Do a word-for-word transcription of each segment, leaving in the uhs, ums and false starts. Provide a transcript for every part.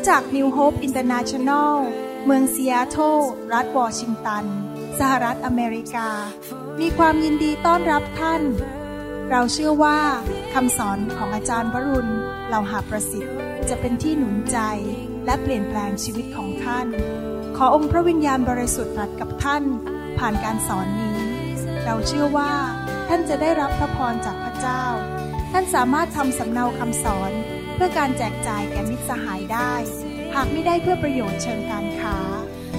จักร New Hope International เมืองซีแอตเทิลรัฐวอชิงตันสหรัฐอเมริกามีความยินดีต้อนรับท่านเราเชื่อว่าคำสอนของอาจารย์วรุณเหล่าหาประสิทธิ์จะเป็นที่หนุนใจและเปลี่ยนแปลงชีวิตของท่านขอองค์พระวิญญาณบริสุทธิ์ตรัสกับท่านผ่านการสอนนี้เราเชื่อว่าท่านจะได้รับพระพรจากพระเจ้าท่านสามารถทำสำเนาคำสอนเพื่อการแจกจ่ายแก่มิตรสหายได้หากไม่ได้เพื่อประโยชน์เชิงการค้า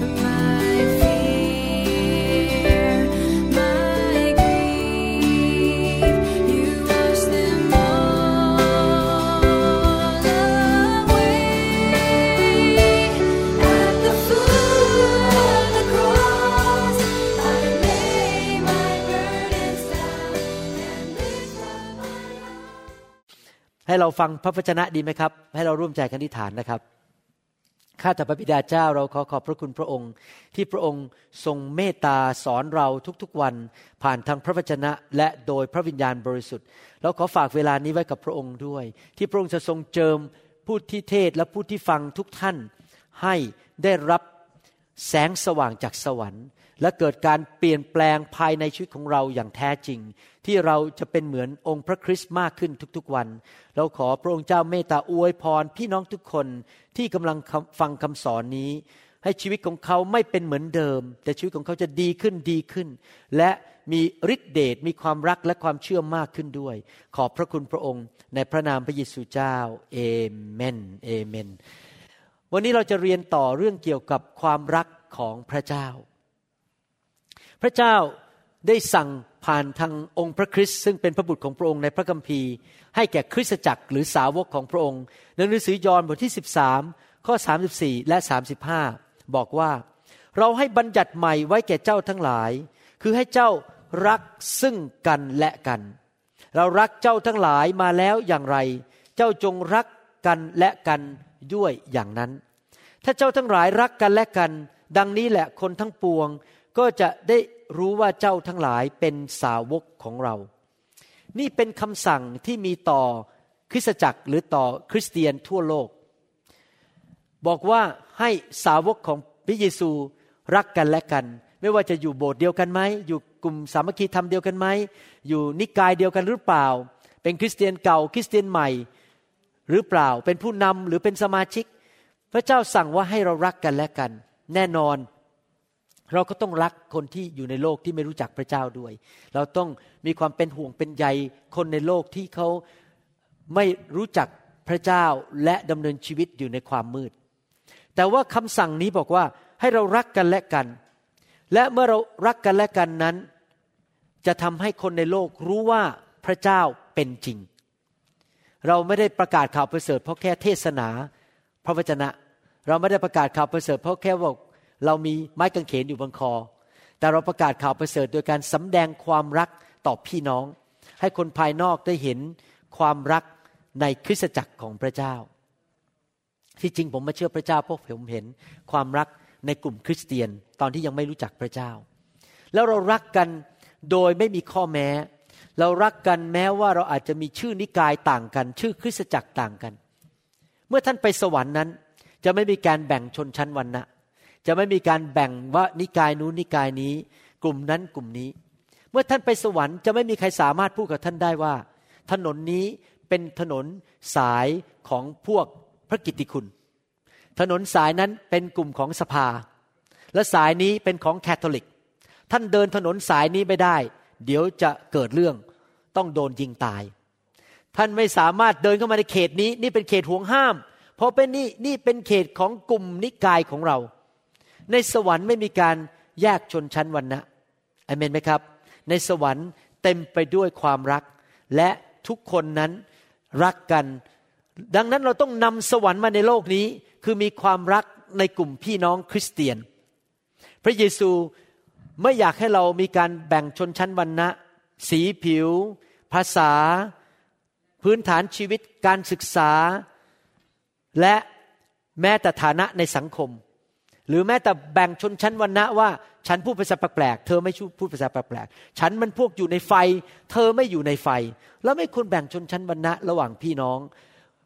ให้เราฟังพระวจนะดีไหมครับให้เราร่วมใจกันอธิษฐานนะครับข้าแต่พระบิดาเจ้าเราขอขอบพระคุณพระองค์ที่พระองค์ทรงเมตตาสอนเราทุกๆวันผ่านทางพระวจนะและโดยพระวิญญาณบริสุทธิ์เราขอฝากเวลานี้ไว้กับพระองค์ด้วยที่พระองค์จะทรงเจิมผู้ที่เทศและผู้ที่ฟังทุกท่านให้ได้รับแสงสว่างจากสวรรค์และเกิดการเปลี่ยนแปลงภายในชีวิตของเราอย่างแท้จริงที่เราจะเป็นเหมือนองค์พระคริสต์มากขึ้นทุกๆวันเราขอพระองค์เจ้าเมตตาอวยพรพี่น้องทุกคนที่กำลังฟังคำสอนนี้ให้ชีวิตของเขาไม่เป็นเหมือนเดิมแต่ชีวิตของเขาจะดีขึ้นดีขึ้นและมีฤทธิเดชมีความรักและความเชื่อมากขึ้นด้วยขอบพระคุณพระองค์ในพระนามพระเยซูเจ้าเอเมนเอเมนวันนี้เราจะเรียนต่อเรื่องเกี่ยวกับความรักของพระเจ้าพระเจ้าได้สั่งผ่านทางองค์พระคริสต์ซึ่งเป็นพระบุตรของพระองค์ในพระคัมภีร์ให้แก่คริสตจักรหรือสาวกของพระองค์ในหนังสือยอห์นบทที่สิบสามข้อสามสิบสี่และสามสิบห้าบอกว่าเราให้บัญญัติใหม่ไว้แก่เจ้าทั้งหลายคือให้เจ้ารักซึ่งกันและกันเรารักเจ้าทั้งหลายมาแล้วอย่างไรเจ้าจงรักกันและกันด้วยอย่างนั้นถ้าเจ้าทั้งหลายรักกันและกันดังนี้แหละคนทั้งปวงก็จะได้รู้ว่าเจ้าทั้งหลายเป็นสาวกของเรานี่เป็นคำสั่งที่มีต่อคริสตจักรหรือต่อคริสเตียนทั่วโลกบอกว่าให้สาวกของพระเยซูรักกันและกันไม่ว่าจะอยู่โบสถ์เดียวกันไหมอยู่กลุ่มสามัคคีธรรมเดียวกันไหมอยู่นิกายเดียวกันหรือเปล่าเป็นคริสเตียนเก่าคริสเตียนใหม่หรือเปล่าเป็นผู้นำหรือเป็นสมาชิกพระเจ้าสั่งว่าให้เรารักกันและกันแน่นอนเราก็ต้องรักคนที่อยู่ในโลกที่ไม่รู้จักพระเจ้าด้วยเราต้องมีความเป็นห่วงเป็นใยคนในโลกที่เขาไม่รู้จักพระเจ้าและดำเนินชีวิตอยู่ในความมืดแต่ว่าคำสั่งนี้บอกว่าให้เรารักกันและกันและเมื่อเรารักกันและกันนั้นจะทำให้คนในโลกรู้ว่าพระเจ้าเป็นจริงเราไม่ได้ประกาศข่าวประเสริฐเพราะแค่เทศนาพระวจนะเราไม่ได้ประกาศข่าวประเสริฐเพราะแค่ว่าเรามีไม้กางเขนอยู่บนคอแต่เราประกาศข่าวประเสริฐโดยการสำแดงความรักต่อพี่น้องให้คนภายนอกได้เห็นความรักในคริสตจักรของพระเจ้าที่จริงผมมาเชื่อพระเจ้าเพราะผมเห็นความรักในกลุ่มคริสเตียนตอนที่ยังไม่รู้จักพระเจ้าแล้วเรารักกันโดยไม่มีข้อแม้เรารักกันแม้ว่าเราอาจจะมีชื่อนิกายต่างกันชื่อคริสตจักรต่างกันเมื่อท่านไปสวรรค์นั้นจะไม่มีการแบ่งชนชั้นวรรณะจะไม่มีการแบ่งว่านิกายนู้นนิกายนี้กลุ่มนั้นกลุ่มนี้เมื่อท่านไปสวรรค์จะไม่มีใครสามารถพูดกับท่านได้ว่าถนนนี้เป็นถนนสายของพวกพระกิตติคุณถนนสายนั้นเป็นกลุ่มของสภาและสายนี้เป็นของแคทอลิกท่านเดินถนนสายนี้ไม่ได้เดี๋ยวจะเกิดเรื่องต้องโดนยิงตายท่านไม่สามารถเดินเข้ามาในเขตนี้นี่เป็นเขตห่วงห้ามเพราะเป็นนี่นี่เป็นเขตของกลุ่มนิกายของเราในสวรรค์ไม่มีการแยกชนชั้นวรรณะอาเมนไหมครับในสวรรค์เต็มไปด้วยความรักและทุกคนนั้นรักกันดังนั้นเราต้องนำสวรรค์มาในโลกนี้คือมีความรักในกลุ่มพี่น้องคริสเตียนพระเยซูไม่อยากให้เรามีการแบ่งชนชั้นวรรณะสีผิวภาษาพื้นฐานชีวิตการศึกษาและแม้แต่ฐานะในสังคมหรือแม้แต่แบ่งชนชั้นวรรณะว่าฉันพูดภาษาแปลกๆเธอไม่พูดภาษาแปลกๆฉันมันพวกอยู่ในไฟเธอไม่อยู่ในไฟแล้วไม่ควรแบ่งชนชั้นวรรณะระหว่างพี่น้อง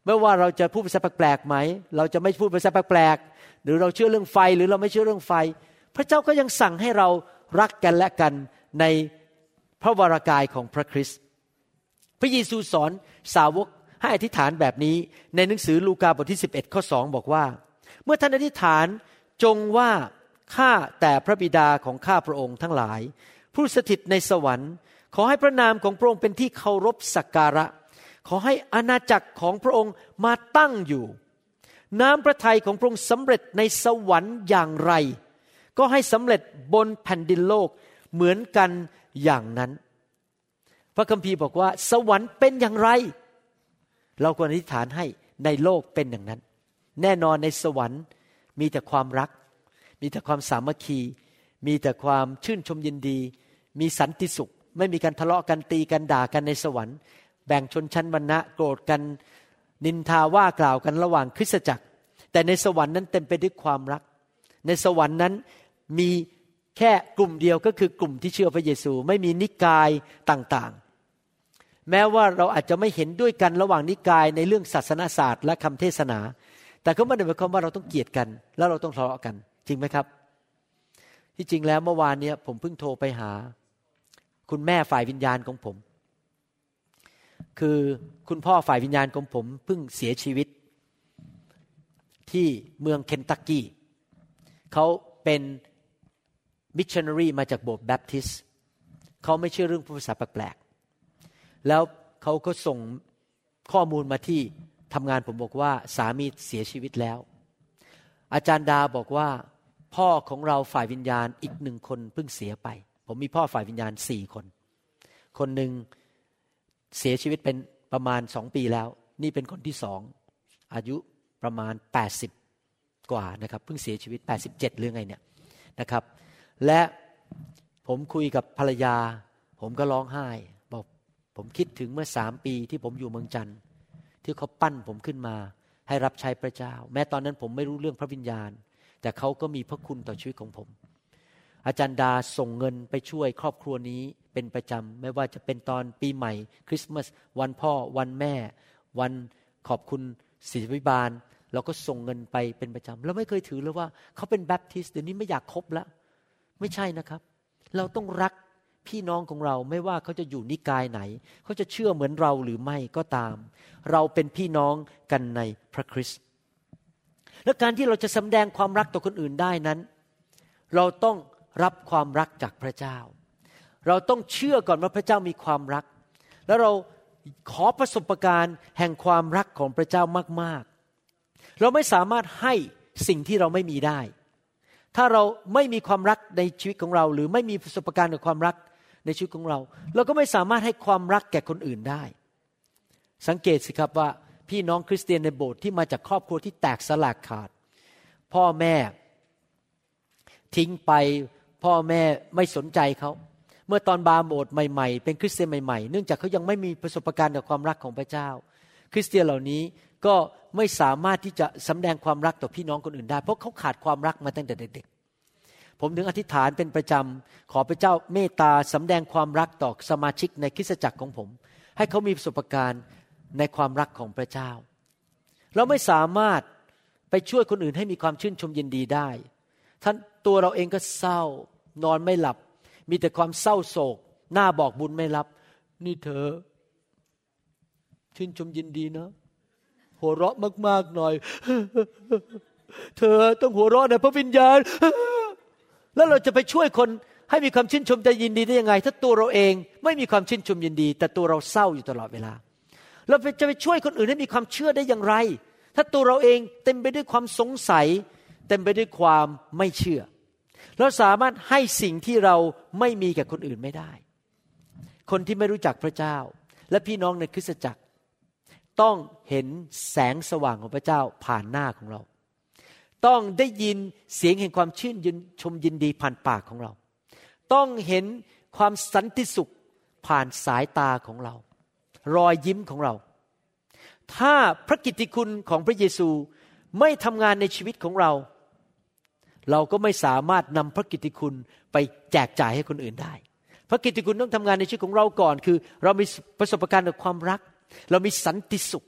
ไม่ว่าเราจะพูดภาษาแปลกๆไหมเราจะไม่พูดภาษาแปลกๆหรือเราเชื่อเรื่องไฟหรือเราไม่เชื่อเรื่องไฟพระเจ้าก็ยังสั่งให้เรารักกันและกันในพระวรากายของพระคริสต์พระเยซูสอนสาวกให้อธิษฐานแบบนี้ในหนังสือลูกาบทที่สิบเอ็ดข้อสองบอกว่าเมื่อท่านอธิษฐานจงว่าข้าแต่พระบิดาของข้าพระองค์ทั้งหลายผู้สถิตในสวรรค์ขอให้พระนามของพระองค์เป็นที่เคารพสักการะขอให้อาณาจักรของพระองค์มาตั้งอยู่น้ำพระทัยของพระองค์สำเร็จในสวรรค์อย่างไรก็ให้สำเร็จบนแผ่นดินโลกเหมือนกันอย่างนั้นพระคัมภีร์บอกว่าสวรรค์เป็นอย่างไรเราควรอธิษฐานให้ในโลกเป็นอย่างนั้นแน่นอนในสวรรค์มีแต่ความรักมีแต่ความสามัคคีมีแต่ความชื่นชมยินดีมีสันติสุขไม่มีการทะเลาะกันตีกันด่ากันในสวรรค์แบ่งชนชั้นวรรณะโกรธกันนินทาว่ากล่าวกันระหว่างคริสตจักรแต่ในสวรรค์นั้นเต็มไปด้วยความรักในสวรรค์นั้นมีแค่กลุ่มเดียวก็คือกลุ่มที่เชื่อพระเยซูไม่มีนิกายต่างๆแม้ว่าเราอาจจะไม่เห็นด้วยกันระหว่างนิกายในเรื่องศาสนศาสตร์และคำเทศนาแต่ก็ไม่ได้หมายความว่าเราต้องเกลียดกันแล้วเราต้องทะเลาะกันจริงไหมครับที่จริงแล้วเมื่อวานนี้ผมเพิ่งโทรไปหาคุณแม่ฝ่ายวิญญาณของผมคือคุณพ่อฝ่ายวิญญาณของผมเพิ่งเสียชีวิตที่เมืองเคนตักกี้เขาเป็นมิชชันนารีมาจากโบสถ์แบปทิสต์เขาไม่เชื่อเรื่องภาษาแปลกๆแล้วเขาก็ส่งข้อมูลมาที่ทำงานผมบอกว่าสามีเสียชีวิตแล้วอาจารย์ดาบอกว่าพ่อของเราฝ่ายวิญญาณอีกหนึ่งคนเพิ่งเสียไปผมมีพ่อฝ่ายวิญญาณสี่คนคนหนึ่งเสียชีวิตเป็นประมาณสองปีแล้วนี่เป็นคนที่สองอายุประมาณแปดสิบกว่านะครับเพิ่งเสียชีวิตแปดสิบเจ็ดหรือไงเนี่ยนะครับและผมคุยกับภรรยาผมก็ร้องไห้บอกผมคิดถึงเมื่อสามปีที่ผมอยู่เมืองจันทร์ที่เขาปั้นผมขึ้นมาให้รับใช้พระเจ้าแม้ตอนนั้นผมไม่รู้เรื่องพระวิญญาณแต่เขาก็มีพระคุณต่อชีวิตของผมอาจารย์ดาส่งเงินไปช่วยครอบครัวนี้เป็นประจำไม่ว่าจะเป็นตอนปีใหม่คริสต์มาสวันพ่อวันแม่วันขอบคุณศิษยาภิบาลเราก็ส่งเงินไปเป็นประจำเราไม่เคยถือเลยว่าเขาเป็นแบปทิสต์เดี๋ยวนี้ไม่อยากคบแล้วไม่ใช่นะครับเราต้องรักพี่น้องของเราไม่ว่าเขาจะอยู่นิกายไหนเขาจะเชื่อเหมือนเราหรือไม่ก็ตามเราเป็นพี่น้องกันในพระคริสต์และการที่เราจะแสดงความรักต่อคนอื่นได้นั้นเราต้องรับความรักจากพระเจ้าเราต้องเชื่อก่อนว่าพระเจ้ามีความรักแล้วเราขอประสบการณ์แห่งความรักของพระเจ้ามากๆเราไม่สามารถให้สิ่งที่เราไม่มีได้ถ้าเราไม่มีความรักในชีวิตของเราหรือไม่มีประสบการณ์กับความรักในชีวิตของเราเราก็ไม่สามารถให้ความรักแก่คนอื่นได้สังเกตสิครับว่าพี่น้องคริสเตียนในโบสถ์ที่มาจากครอบครัวที่แตกสลายขาดพ่อแม่ทิ้งไปพ่อแม่ไม่สนใจเขาเมื่อตอนบาโบสถ์ใหม่ๆเป็นคริสเตียนใหม่ๆเนื่องจากเขายังไม่มีประสบการณ์กับความรักของพระเจ้าคริสเตียนเหล่านี้ก็ไม่สามารถที่จะแสดงความรักต่อพี่น้องคนอื่นได้เพราะเขาขาดความรักมาตั้งแต่เด็กๆผมถึงอธิษฐานเป็นประจำขอพระเจ้าเมตตาแสดงความรักต่อสมาชิกในคริสตจักรของผมให้เขามีประสบการณ์ในความรักของพระเจ้าเราไม่สามารถไปช่วยคนอื่นให้มีความชื่นชมยินดีได้ท่านตัวเราเองก็เศร้านอนไม่หลับมีแต่ความเศร้าโศกหน้าบอกบุญไม่รับนี่เธอชื่นชมยินดีนะหัวเราะมากๆหน่อยเธอต้องหัวเราะในพระวิญญาณแล้วเราจะไปช่วยคนให้มีความชื่นชมใจยินดีได้ยังไงถ้าตัวเราเองไม่มีความชื่นชมยินดีแต่ตัวเราเศร้าอยู่ตลอดเวลาเราจะไปช่วยคนอื่นให้มีความเชื่อได้อย่างไรถ้าตัวเราเองเต็มไปด้วยความสงสัยเต็มไปด้วยความไม่เชื่อเราสามารถให้สิ่งที่เราไม่มีแก่คนอื่นไม่ได้คนที่ไม่รู้จักพระเจ้าและพี่น้องในคริสตจักรต้องเห็นแสงสว่างของพระเจ้าผ่านหน้าของเราต้องได้ยินเสียงแห่งความชื่นชมยินดีผ่านปากของเราต้องเห็นความสันติสุขผ่านสายตาของเรารอยยิ้มของเราถ้าพระกิตติคุณของพระเยซูไม่ทำงานในชีวิตของเราเราก็ไม่สามารถนำพระกิตติคุณไปแจกจ่ายให้คนอื่นได้พระกิตติคุณต้องทำงานในชีวิตของเราก่อนคือเรามีประสบการณ์กับความรักเรามีสันติสุข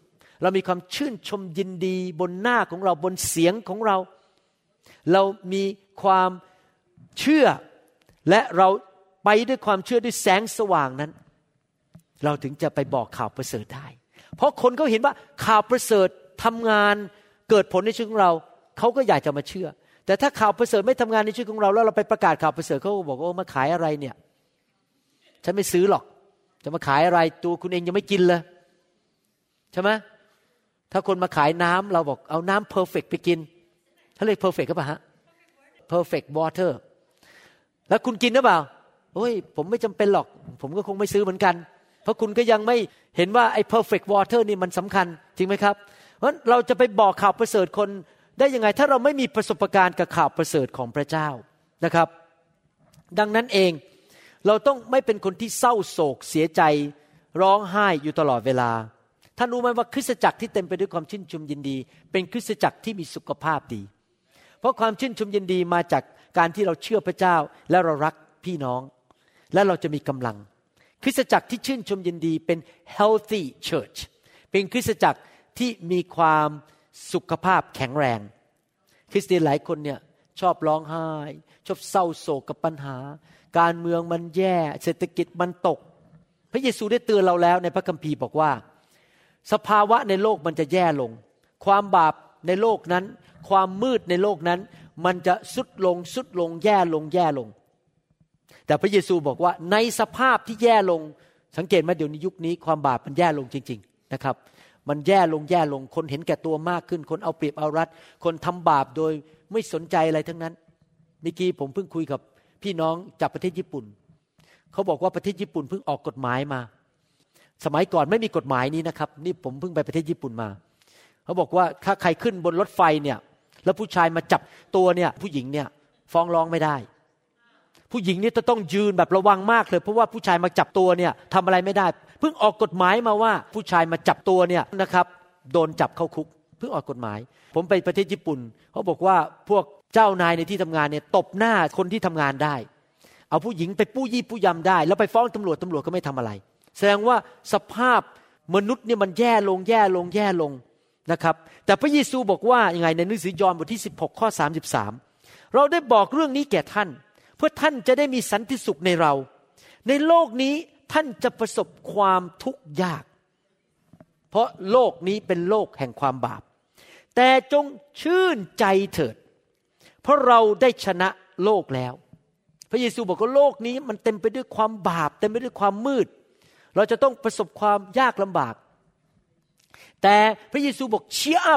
เรามีความชื่นชมยินดีบนหน้าของเราบนเสียงของเราเรามีความเชื่อและเราไปด้วยความเชื่อด้วยแสงสว่างนั้นเราถึงจะไปบอกข่าวประเสริฐได้เพราะคนเขาเห็นว่าข่าวประเสริฐทำงานเกิดผลในชีวิตของเราเขาก็อยากจะมาเชื่อแต่ถ้าข่าวประเสริฐไม่ทำงานในชีวิตของเราแล้วเราไปประกาศข่าวประเสริฐเขาก็บอกโอ้มาขายอะไรเนี่ยฉันไม่ซื้อหรอกจะมาขายอะไรตัวคุณเองยังไม่กินเลยใช่ไหมถ้าคนมาขายน้ำเราบอกเอาน้ำเพอร์เฟกต์ไปกินเขาเรียกเพอร์เฟกต์ก็ป่ะฮะ perfect water แล้วคุณกินหรือเปล่าโอ้ยผมไม่จำเป็นหรอกผมก็คงไม่ซื้อเหมือนกันเพราะคุณก็ยังไม่เห็นว่าไอ้ perfect water นี่มันสำคัญจริงไหมครับเพราะเราจะไปบอกข่าวประเสริฐคนได้ยังไงถ้าเราไม่มีประสบการณ์กับข่าวประเสริฐของพระเจ้านะครับดังนั้นเองเราต้องไม่เป็นคนที่เศร้าโศกเสียใจร้องไห้อยู่ตลอดเวลาท่านรู้ไหมว่าคริสตจักรที่เต็มไปด้วยความชื่นชมยินดีเป็นคริสตจักรที่มีสุขภาพดีเพราะความชื่นชมยินดีมาจากการที่เราเชื่อพระเจ้าและเรารักพี่น้องและเราจะมีกำลังคริสตจักรที่ชื่นชมยินดีเป็น healthy church เป็นคริสตจักรที่มีความสุขภาพแข็งแรงคริสเตียนหลายคนเนี่ยชอบร้องไห้ชอบเศร้าโศกกับปัญหาการเมืองมันแย่เศรษฐกิจมันตกพระเยซูได้เตือนเราแล้วในพระคัมภีร์บอกว่าสภาวะในโลกมันจะแย่ลงความบาปในโลกนั้นความมืดในโลกนั้นมันจะทรุดลงทรุดลงแย่ลงแย่ลงแต่พระเยซูบอกว่าในสภาพที่แย่ลงสังเกตไหมเดี๋ยวนี้ยุคนี้ความบาปมันแย่ลงจริงๆนะครับมันแย่ลงแย่ลงคนเห็นแก่ตัวมากขึ้นคนเอาเปรียบเอารัดคนทำบาปโดยไม่สนใจอะไรทั้งนั้นเมื่อกี้ผมเพิ่งคุยกับพี่น้องจากประเทศญี่ปุ่นเขาบอกว่าประเทศญี่ปุ่นเพิ่งออกกฎหมายมาสมัยก่อนไม่มีกฎหมายนี้นะครับนี่ผมเพิ่งไปประเทศญี่ปุ่นมาเขาบอกว่าถ้าใครขึ้นบนรถไฟเนี่ยแล้วผู้ชายมาจับตัวเนี่ยผู้หญิงเนี่ยฟ้องร้องไม่ได้ผู้หญิงนี่จะต้องยืนแบบระวังมากเลยเพราะว่าผู้ชายมาจับตัวเนี่ยทำอะไรไม่ได้เพิ่งออกกฎหมายมาว่าผู้ชายมาจับตัวเนี่ยนะครับโดนจับเข้าคุกเพิ่งออกกฎหมายผมไปประเทศญี่ปุ่นเขาบอกว่าพวกเจ้านายในที่ทำงานเนี่ยตบหน้าคนที่ทำงานได้เอาผู้หญิงไปปู้ยี่ปู้ยำได้แล้วไปฟ้องตำรวจตำรวจก็ไม่ทำอะไรแสดงว่าสภาพมนุษย์เนี่ยมันแย่ลงแย่ลงแย่ลงนะครับแต่พระเยซูบอกว่ายังไงในหนังสือยอห์นบทที่สิบหกข้อสามสิบสามเราได้บอกเรื่องนี้แก่ท่านเพื่อท่านจะได้มีสันติสุขในเราในโลกนี้ท่านจะประสบความทุกข์ยากเพราะโลกนี้เป็นโลกแห่งความบาปแต่จงชื่นใจเถิดเพราะเราได้ชนะโลกแล้วพระเยซูบอกว่าโลกนี้มันเต็มไปด้วยความบาปเต็มไปด้วยความมืดเราจะต้องประสบความยากลำบากแต่พระเยซูบอก cheer up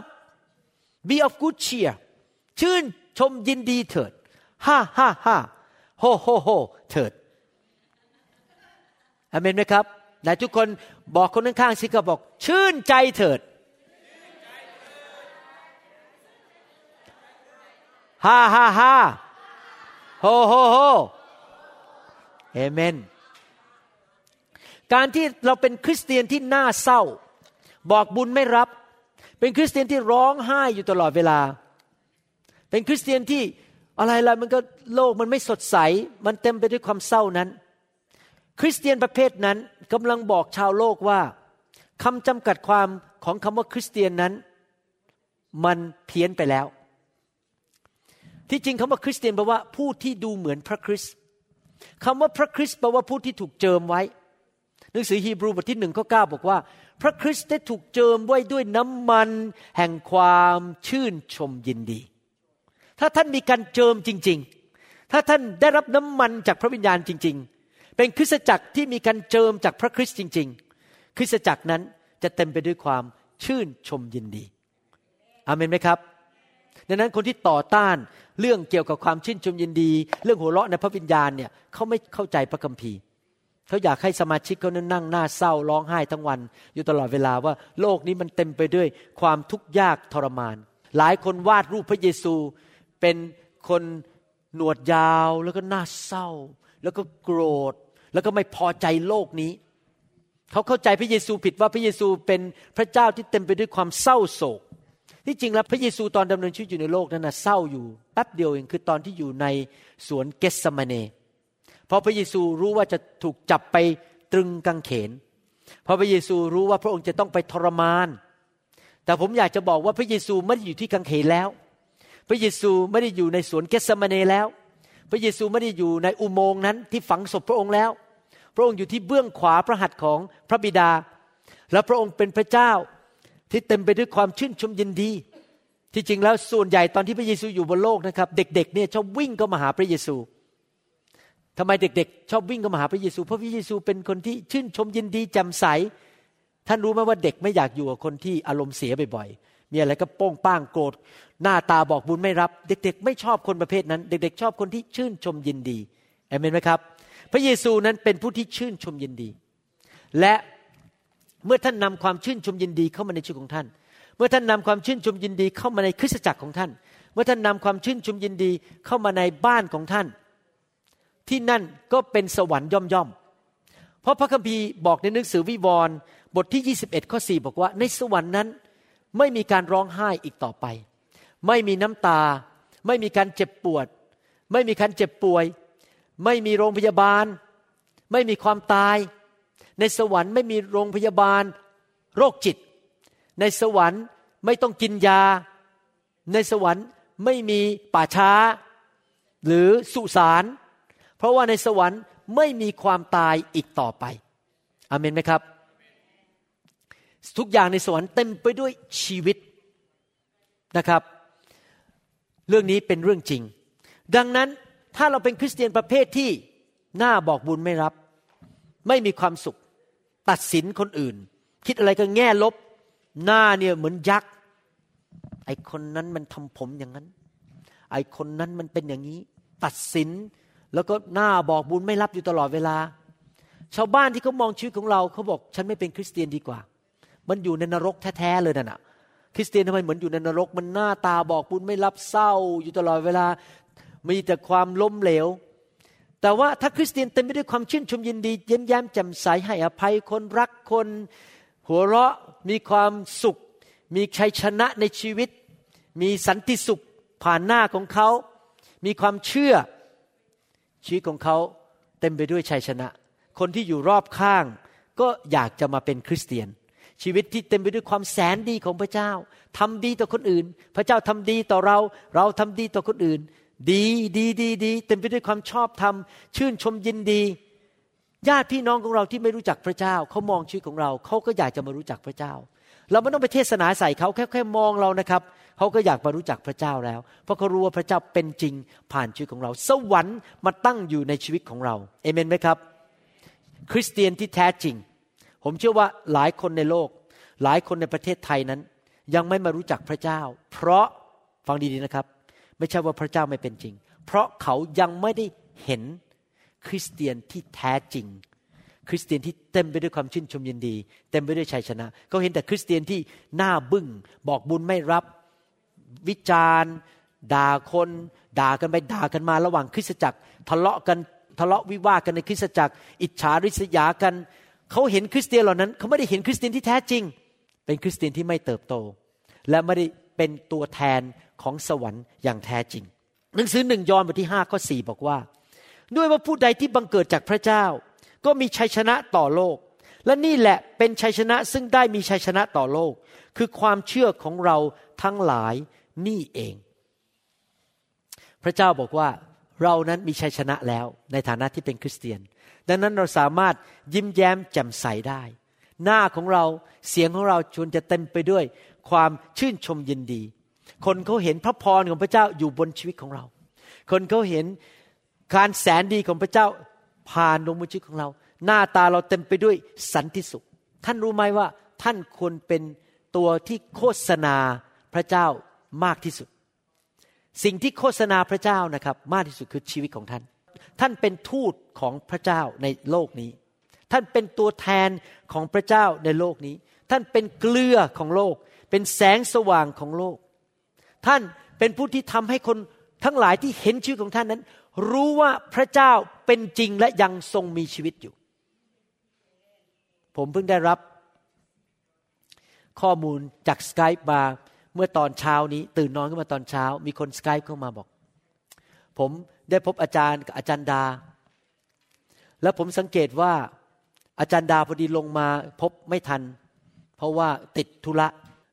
be of good cheer ชื่นชมยินดีเถิดฮ่าฮ่าฮ่าโฮโฮโฮเถิดอาเมนไหมครับไหนทุกคนบอกคนข้างๆสิครับบอกชื่นใจเถิดฮ่าฮ่าฮ่าโฮโฮโฮเอเมนการที่เราเป็นคริสเตียนที่น่าเศร้าบอกบุญไม่รับเป็นคริสเตียนที่ร้องไห้อยู่ตลอดเวลาเป็นคริสเตียนที่อะไรล่ะมันก็โลกมันไม่สดใสมันเต็มไปด้วยความเศร้านั้นคริสเตียนประเภทนั้นกำลังบอกชาวโลกว่าคำจำกัดความของคำว่าคริสเตียนนั้นมันเพี้ยนไปแล้วที่จริงคำว่าคริสเตียนแปลว่าผู้ที่ดูเหมือนพระคริสต์คำว่าพระคริสต์แปลว่าผู้ที่ถูกเจิมไว้หนังสือฮีบรูบทที่หนึ่งข้อเก้าบอกว่าพระคริสต์ได้ถูกเจิมไว้ด้วยน้ำมันแห่งความชื่นชมยินดีถ้าท่านมีการเจิมจริงๆถ้าท่านได้รับน้ำมันจากพระวิญญาณจริงๆเป็นคริสตจักรที่มีการเจิมจากพระคริสต์จริงๆคริสตจักรนั้นจะเต็มไปด้วยความชื่นชมยินดีอาเมนไหมครับดังนั้นคนที่ต่อต้านเรื่องเกี่ยวกับความชื่นชมยินดีเรื่องหัวเราะในพระวิญญาณเนี่ยเขาไม่เข้าใจพระคัมภีร์เขาอยากให้สมาชิกเขานั่งหน้าเศร้าร้องไห้ทั้งวันอยู่ตลอดเวลาว่าโลกนี้มันเต็มไปด้วยความทุกข์ยากทรมานหลายคนวาดรูปพระเยซูเป็นคนหนวดยาวแล้วก็หน้าเศร้าแล้วก็โกรธแล้วก็ไม่พอใจโลกนี้เขาเข้าใจพระเยซูผิดว่าพระเยซูเป็นพระเจ้าที่เต็มไปด้วยความเศร้าโศกที่จริงแล้วพระเยซูตอนดำเนินชีวิตอยู่ในโลกนั้นน่ะเศร้าอยู่แป๊บเดียวเองคือตอนที่อยู่ในสวนเกสมาเนเพราะพระเยซูรู้ว่าจะถูกจับไปตรึงกางเขนเพราะพระเยซูรู้ว่าพระองค์จะต้องไปทรมานแต่ผมอยากจะบอกว่าพระเยซูไม่ได้อยู่ที่กังเขนแล้วพระเยซูไม่ได้อยู่ในสวนเกสเมเนแล้วพระเยซูไม่ได้อยู่ในอุโมงค์นั้นที่ฝังศพพระองค์แล้วพระองค์อยู่ที่เบื้องขวาพระหัตถ์ของพระบิดาและพระองค์เป็นพระเจ้าที่เต็มไปด้วยความชื่นชมยินดีที่จริงแล้วส่วนใหญ่ตอนที่พระเยซูอยู่บนโลกนะครับเด็กๆเนี่ยชอบวิ่งเข้ามาหาพระเยซูทำไมเด็กๆชอบวิ่งเข้ามาหาพระเยซูเพราะพระเยซูเป็นคนที่ชื่นชมยินดีแจ่มใสท่านรู้ไหมว่าเด็กไม่อยากอยู่กับคนที่อารมณ์เสียบ่อยๆมีอะไรก็โป้งป้างโกรธหน้าตาบอกบุญไม่รับเด็กๆไม่ชอบคนประเภทนั้นเด็กๆชอบคนที่ชื่นชมยินดีเอเมนไหมครับพระเยซูนั้นเป็นผู้ที่ชื่นชมยินดีและเมื่อท่านนำความชื่นชมยินดีเข้ามาในชีวิตของท่านเมื่อท่านนำความชื่นชมยินดีเข้ามาในคริสตจักรของท่านเมื่อท่านนำความชื่นชมยินดีเข้ามาในบ้านของท่านที่นั่นก็เป็นสวรรค์ย่อมๆเพราะพระคัมภีร์บอกในหนังสือวิวรณ์บทที่ยี่สิบเอ็ดข้อสี่บอกว่าในสวรรค์นั้นไม่มีการร้องไห้อีกต่อไปไม่มีน้ำตาไม่มีการเจ็บปวดไม่มีการเจ็บป่วยไม่มีโรงพยาบาลไม่มีความตายในสวรรค์ไม่มีโรงพยาบาลโรคจิตในสวรรค์ไม่ต้องกินยาในสวรรค์ไม่มีป่าช้าหรือสุสานเพราะว่าในสวรรค์ไม่มีความตายอีกต่อไปอาเมนไหมครับทุกอย่างในสวรรค์เต็มไปด้วยชีวิตนะครับเรื่องนี้เป็นเรื่องจริงดังนั้นถ้าเราเป็นคริสเตียนประเภทที่หน้าบอกบุญไม่รับไม่มีความสุขตัดสินคนอื่นคิดอะไรก็แง่ลบหน้าเนี่ยเหมือนยักษ์ไอ้คนนั้นมันทำผมอย่างนั้นไอ้คนนั้นมันเป็นอย่างนี้ตัดสินแล้วก็หน้าบอกบุญไม่รับอยู่ตลอดเวลาชาวบ้านที่เขามองชีวิตของเราเขาบอกฉันไม่เป็นคริสเตียนดีกว่ามันอยู่ในนรกแท้ๆเลยนั่นน่ะคริสเตียนทำไมเหมือนอยู่ในนรกมันหน้าตาบอกบุญไม่รับเศร้าอยู่ตลอดเวลามีแต่ความล้มเหลวแต่ว่าถ้าคริสเตียนเต็มไปด้วยความชื่นชมยินดีเย้มแย้มแจ่มใสให้อภัยคนรักคนหัวเราะมีความสุขมีชัยชนะในชีวิตมีสันติสุขผ่านหน้าของเขามีความเชื่อชีวิตของเขาเต็มไปด้วยชัยชนะคนที่อยู่รอบข้างก็อยากจะมาเป็นคริสเตียนชีวิตที่เต็มไปด้วยความแสนดีของพระเจ้าทำดีต่อคนอื่นพระเจ้าทำดีต่อเราเราทำดีต่อคนอื่นดีดีดีดีเต็มไปด้วยความชอบธรรมชื่นชมยินดีญาติพี่น้องของเราที่ไม่รู้จักพระเจ้าเขามองชีวิตของเราเขาก็อยากจะมารู้จักพระเจ้าเราไม่ต้องไปเทศนาใส่เขาแค่แค่มองเรานะครับเขาก็อยากมารู้จักพระเจ้าแล้วเพราะเขารู้ว่าพระเจ้าเป็นจริงผ่านชีวิตของเราสวรรค์มาตั้งอยู่ในชีวิตของเราเอเมนไหมครับคริสเตียนที่แท้จริงผมเชื่อว่าหลายคนในโลกหลายคนในประเทศไทยนั้นยังไม่มารู้จักพระเจ้าเพราะฟังดีๆนะครับไม่ใช่ว่าพระเจ้าไม่เป็นจริงเพราะเขายังไม่ได้เห็นคริสเตียนที่แท้จริงคริสเตียนที่เต็มไปด้วยความชื่นชมยินดีเต็มไปด้วยชัยชนะเขาเห็นแต่คริสเตียนที่หน้าบึ้งบอกบุญไม่รับวิจารณ์ด่าคนด่ากันไปด่ากันมาระหว่างคริสตจักรทะเลาะกันทะเลาะวิวาทกันในคริสตจักรอิจฉาริษยากันเขาเห็นคริสเตียนเหล่านั้นเขาไม่ได้เห็นคริสเตียนที่แท้จริงเป็นคริสเตียนที่ไม่เติบโตและไม่ได้เป็นตัวแทนของสวรรค์อย่างแท้จริงหนังสือหนึ่งยอห์นบทที่ห้าข้อสี่บอกว่าด้วยว่าผู้ใดที่บังเกิดจากพระเจ้าก็มีชัยชนะต่อโลกและนี่แหละเป็นชัยชนะซึ่งได้มีชัยชนะต่อโลกคือความเชื่อของเราทั้งหลายนี่เองพระเจ้าบอกว่าเรานั้นมีชัยชนะแล้วในฐานะที่เป็นคริสเตียนดังนั้นเราสามารถยิ้มแย้มแจ่มใสได้หน้าของเราเสียงของเราชวนจะเต็มไปด้วยความชื่นชมยินดีคนเขาเห็นพระพรของพระเจ้าอยู่บนชีวิตของเราคนเขาเห็นการแสนดีของพระเจ้าผ่านลงบนชีวิตของเราหน้าตาเราเต็มไปด้วยสันติสุขท่านรู้ไหมว่าท่านควรเป็นตัวที่โฆษณาพระเจ้ามากที่สุดสิ่งที่โฆษณาพระเจ้านะครับมากที่สุดคือชีวิตของท่านท่านเป็นทูตของพระเจ้าในโลกนี้ท่านเป็นตัวแทนของพระเจ้าในโลกนี้ท่านเป็นเกลือของโลกเป็นแสงสว่างของโลกท่านเป็นผู้ที่ทำให้คนทั้งหลายที่เห็นชีวิตของท่านนั้นรู้ว่าพระเจ้าเป็นจริงและยังทรงมีชีวิตอยู่ผมเพิ่งได้รับข้อมูลจาก Skype มาเมื่อตอนเช้านี้ตื่นนอนขึ้นมาตอนเช้ามีคน Skype เข้ามาบอกผมได้พบอาจารย์กับอาจารย์ดาแล้วผมสังเกตว่าอาจารย์ดาพอดีลงมาพบไม่ทันเพราะว่าติดธุระ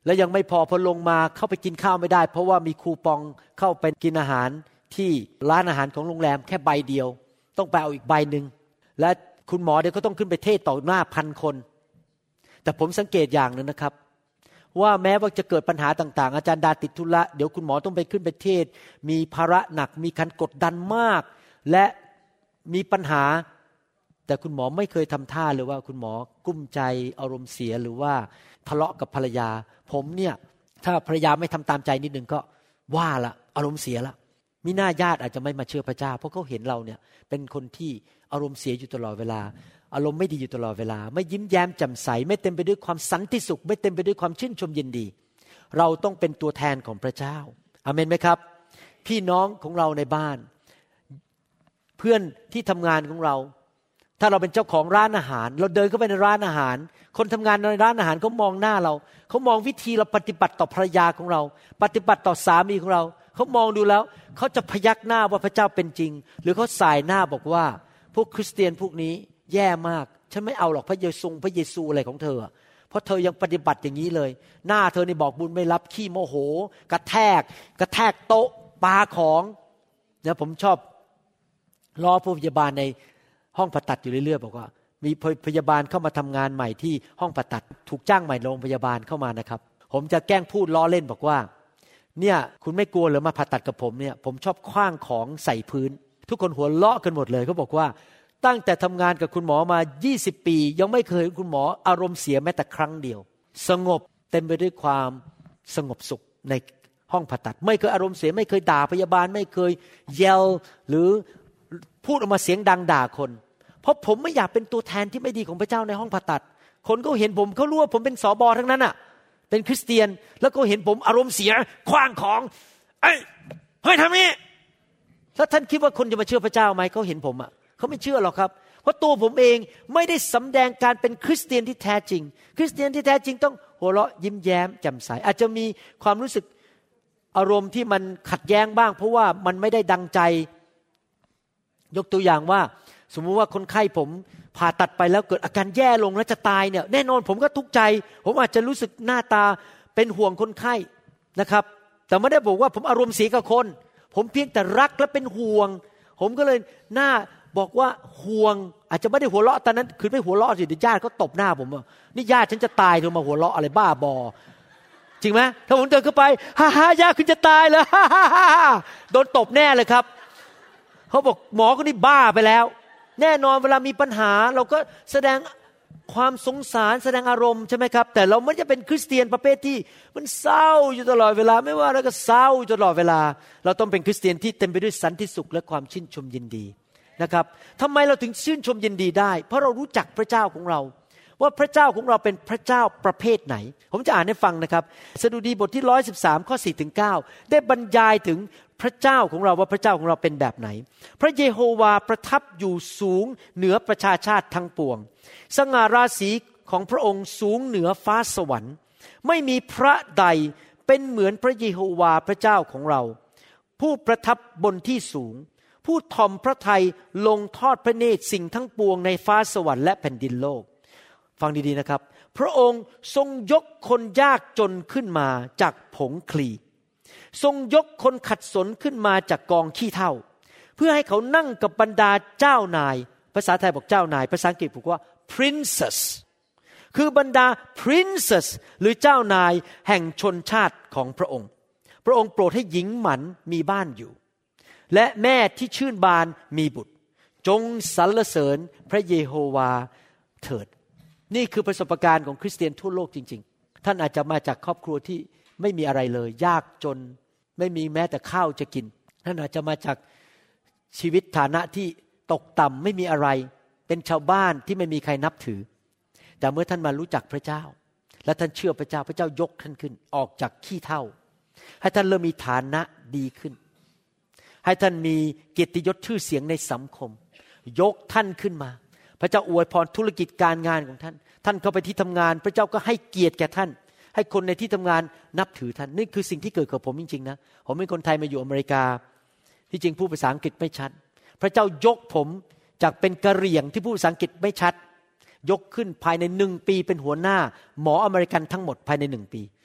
แล้วยังไม่พอพอลงมาเข้าไปกินข้าวไม่ได้เพราะว่ามีคูปองเข้าไปกินอาหารที่ร้านอาหารของโรงแรมแค่ใบเดียวต้องไปเอาอีกใบหนึ่งและคุณหมอเดี๋ยวก็ต้องขึ้นไปเทศต่อหน้าพันคนแต่ผมสังเกตอย่างนึงนะครับว่าแม้ว่าจะเกิดปัญหาต่างๆอาจารย์ดาติดธุระเดี๋ยวคุณหมอต้องไปขึ้นไปเทศมีภาระหนักมีการกดดันมากและมีปัญหาแต่คุณหมอไม่เคยทำท่าเลยว่าคุณหมอกุ้มใจอารมณ์เสียหรือว่าทะเลาะกับภรรยาผมเนี่ยถ้าภรรยาไม่ทำตามใจนิดนึงก็ว่าละอารมณ์เสียละมิน่าญาติอาจจะไม่มาเชื่อพระเจ้าเพราะเขาเห็นเราเนี่ยเป็นคนที่อารมณ์เสียอยู่ตลอดเวลาอารมณ์ไม่ดีอยู่ตลอดเวลาไม่ยิ้มแย้มแจ่มใสไม่เต็มไปด้วยความสันติสุขไม่เต็มไปด้วยความชื่นชมยินดีเราต้องเป็นตัวแทนของพระเจ้าอาเมนไหมครับพี่น้องของเราในบ้านเพื่อนที่ทำงานของเราถ้าเราเป็นเจ้าของร้านอาหารเราเดินเข้าไปในร้านอาหารคนทำงานในร้านอาหารเขามองหน้าเราเขามองวิธีเราปฏิบัติต่อภรรยาของเราปฏิบัติต่อสามีของเราเขามองดูแล้วเขาจะพยักหน้าว่าพระเจ้าเป็นจริงหรือเขาสายหน้าบอกว่าพวกคริสเตียนพวกนี้แย่มากฉันไม่เอาหรอกพระเยซูพระเยซูอะไรของเธอเพราะเธอยังปฏิบัติอย่างนี้เลยหน้าเธอนี่บอกบุญไม่รับขี้โมโหกระแทกกระแทกโต๊ะปาของเนี่ยผมชอบรอผู้พยาบาลในห้องผ่าตัดอยู่เรื่อยๆบอกว่ามีพยาบาลเข้ามาทำงานใหม่ที่ห้องผ่าตัดถูกจ้างใหม่โรงพยาบาลเข้ามานะครับผมจะแกล้งพูดล้อเล่นบอกว่าเนี่ยคุณไม่กลัวเหรอมาผ่าตัดกับผมเนี่ยผมชอบขว้างของใส่พื้นทุกคนหัวเราะกันหมดเลยเขาบอกว่าตั้งแต่ทำงานกับคุณหมอมายี่สิบปียังไม่เคยเห็นคุณหมออารมณ์เสียแม้แต่ครั้งเดียวสงบเต็มไปด้วยความสงบสุขในห้องผ่าตัดไม่เคยอารมณ์เสียไม่เคยด่าพยาบาลไม่เคยเยลหรือพูดออกมาเสียงดังด่าคนเพราะผมไม่อยากเป็นตัวแทนที่ไม่ดีของพระเจ้าในห้องผ่าตัดคนก็เห็นผมเขารู้ว่าผมเป็นสบทั้งนั้นอ่ะเป็นคริสเตียนแล้วก็เห็นผมอารมณ์เสียขว้างของเอ้ยเฮ้ยทำนี้ถ้าท่านคิดว่าคนจะมาเชื่อพระเจ้าไหมเขาเห็นผมอ่ะเขาไม่เชื่อหรอกครับเพราะตัวผมเองไม่ได้สำแดงการเป็นคริสเตียนที่แท้จริงคริสเตียนที่แท้จริงต้องหัวเราะยิ้มแย้มแจ่มใสอาจจะมีความรู้สึกอารมณ์ที่มันขัดแย้งบ้างเพราะว่ามันไม่ได้ดังใจยกตัวอย่างว่าสมมุติว่าคนไข้ผมผ่าตัดไปแล้วเกิดอาการแย่ลงแล้วจะตายเนี่ยแน่นอนผมก็ทุกข์ใจผมอาจจะรู้สึกหน้าตาเป็นห่วงคนไข้นะครับแต่ไม่ได้บอกว่าผมอารมณ์เสียกับคนผมเพียงแต่รักและเป็นห่วงผมก็เลยหน้าบอกว่าห่วงอาจจะไม่ได้หัวเราะตอนนั้นคือไม่หัวเราะสิเดี๋ยวญาติเขาตบหน้าผมว่านี่ญาติฉันจะตายเธอมาหัวเราะอะไรบ้าบอจริงไหมถ้าผมเดินเข้าไปฮ่าฮ่าญาติคุณจะตายเหรอฮ่าฮ่าฮ่าโดนตบแน่เลยครับเขาบอกหมอก็นี่บ้าไปแล้วแน่นอนเวลามีปัญหาเราก็แสดงความสงสารแสดงอารมณ์ใช่ไหมครับแต่เราไม่จะเป็นคริสเตียนประเภทที่มันเศร้าอยู่ตลอดเวลาไม่ว่าเราก็เศร้าอยู่ตลอดเวลาเราต้องเป็นคริสเตียนที่เต็มไปด้วยสันติสุขและความชื่นชมยินดีนะครับทำไมเราถึงชื่นชมยินดีได้เพราะเรารู้จักพระเจ้าของเราว่าพระเจ้าของเราเป็นพระเจ้าประเภทไหนผมจะอ่านให้ฟังนะครับสดุดีบทที่หนึ่งร้อยสิบสามข้อสี่ถึงเก้าได้บรรยายถึงพระเจ้าของเราว่าพระเจ้าของเราเป็นแบบไหนพระเยโฮวาประทับอยู่สูงเหนือประชาชาติทั้งปวงสง่าราศีของพระองค์สูงเหนือฟ้าสวรรค์ไม่มีพระใดเป็นเหมือนพระเยโฮวาพระเจ้าของเราผู้ประทับบนที่สูงผู้ทอมพระทัยลงทอดพระเนตรสิ่งทั้งปวงในฟ้าสวรรค์และแผ่นดินโลกฟังดีๆนะครับพระองค์ทรงยกคนยากจนขึ้นมาจากผงคลีทรงยกคนขัดสนขึ้นมาจากกองขี้เถ้าเพื่อให้เขานั่งกับบรรดาเจ้านายภาษาไทยบอกเจ้านายภาษาอังกฤษบอกว่า princess คือบรรดา princess หรือเจ้านายแห่งชนชาติของพระองค์พระองค์โปรดให้หญิงหมันมีบ้านอยู่และแม่ที่ชื่นบานมีบุตรจงสรรเสริญพระเยโฮวาเถิดนี่คือประสบการณ์ของคริสเตียนทั่วโลกจริงๆท่านอาจจะมาจากครอบครัวที่ไม่มีอะไรเลยยากจนไม่มีแม้แต่ข้าวจะกินท่านอาจจะมาจากชีวิตฐานะที่ตกต่ำไม่มีอะไรเป็นชาวบ้านที่ไม่มีใครนับถือแต่เมื่อท่านมารู้จักพระเจ้าและท่านเชื่อพระเจ้าพระเจ้ายกท่านขึ้นออกจากขี้เถ้าให้ท่านเริ่มมีฐานะดีขึ้นให้ท่านมีเกียรติยศชื่อเสียงในสังคมยกท่านขึ้นมาพระเจ้าอวยพรธุรกิจการงานของท่านท่านเข้าไปที่ทำงานพระเจ้าก็ให้เกียรติแก่ท่านให้คนในที่ทำงานนับถือท่านนี่คือสิ่งที่เกิดกับผมจริงๆนะผมเป็นคนไทยมาอยู่อเมริกาที่จริงพูดภาษาอังกฤษไม่ชัดพระเจ้ายกผมจากเป็นกะเหรี่ยงที่พูดภาษาอังกฤษไม่ชัดยกขึ้นภายในหนึ่งปีเป็นหัวหน้าหมออเมริกันทั้งหมดภายในหนึ่งปี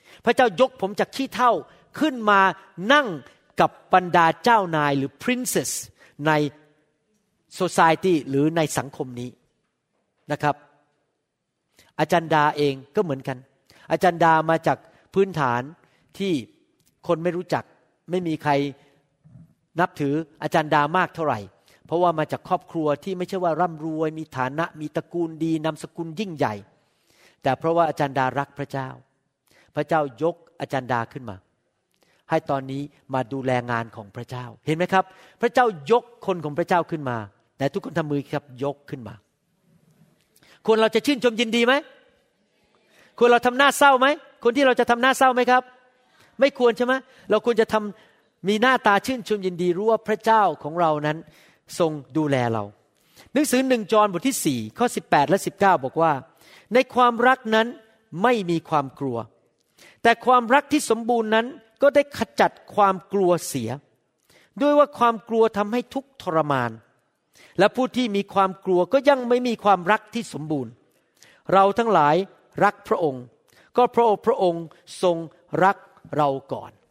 พระเจ้ายกผมจากขี้เถ้าขึ้นมานั่งกับบรรดาเจ้านายหรือ princess ใน society หรือในสังคมนี้นะครับอาจารย์ดาเองก็เหมือนกันอาจารย์ดามาจากพื้นฐานที่คนไม่รู้จักไม่มีใครนับถืออาจารย์ดามากเท่าไหร่เพราะว่ามาจากครอบครัวที่ไม่ใช่ว่าร่ำรวยมีฐานะมีตระกูลดีนามสกุลยิ่งใหญ่แต่เพราะว่าอาจารย์ดารักพระเจ้าพระเจ้ายกอาจารย์ดาขึ้นมาให้ตอนนี้มาดูแลงานของพระเจ้าเห็นไหมครับพระเจ้ายกคนของพระเจ้าขึ้นมาแต่ทุกคนทำมือครับยกขึ้นมาควรเราจะชื่นชมยินดีไหมควรเราทำหน้าเศร้าไหมคนที่เราจะทำหน้าเศร้าไหมครับไม่ควรใช่ไหมเราควรจะทำมีหน้าตาชื่นชมยินดีรู้ว่าพระเจ้าของเรานั้นทรงดูแลเราหนังสือหนึ่งจอห์นบทที่สี่ข้อสิบแปดและสิบเก้าบอกว่าในความรักนั้นไม่มีความกลัวแต่ความรักที่สมบูรณ์นั้นก็ได้ขจัดความกลัวเสียด้วยว่าความกลัวทำให้ทุกข์ทรมานและผู้ที่มีความกลัวก็ยังไม่มีความรักที่สมบูรณ์เราทั้งหลายรักพระองค์ก็เพราะพระองค์ทรงรักเราก่อน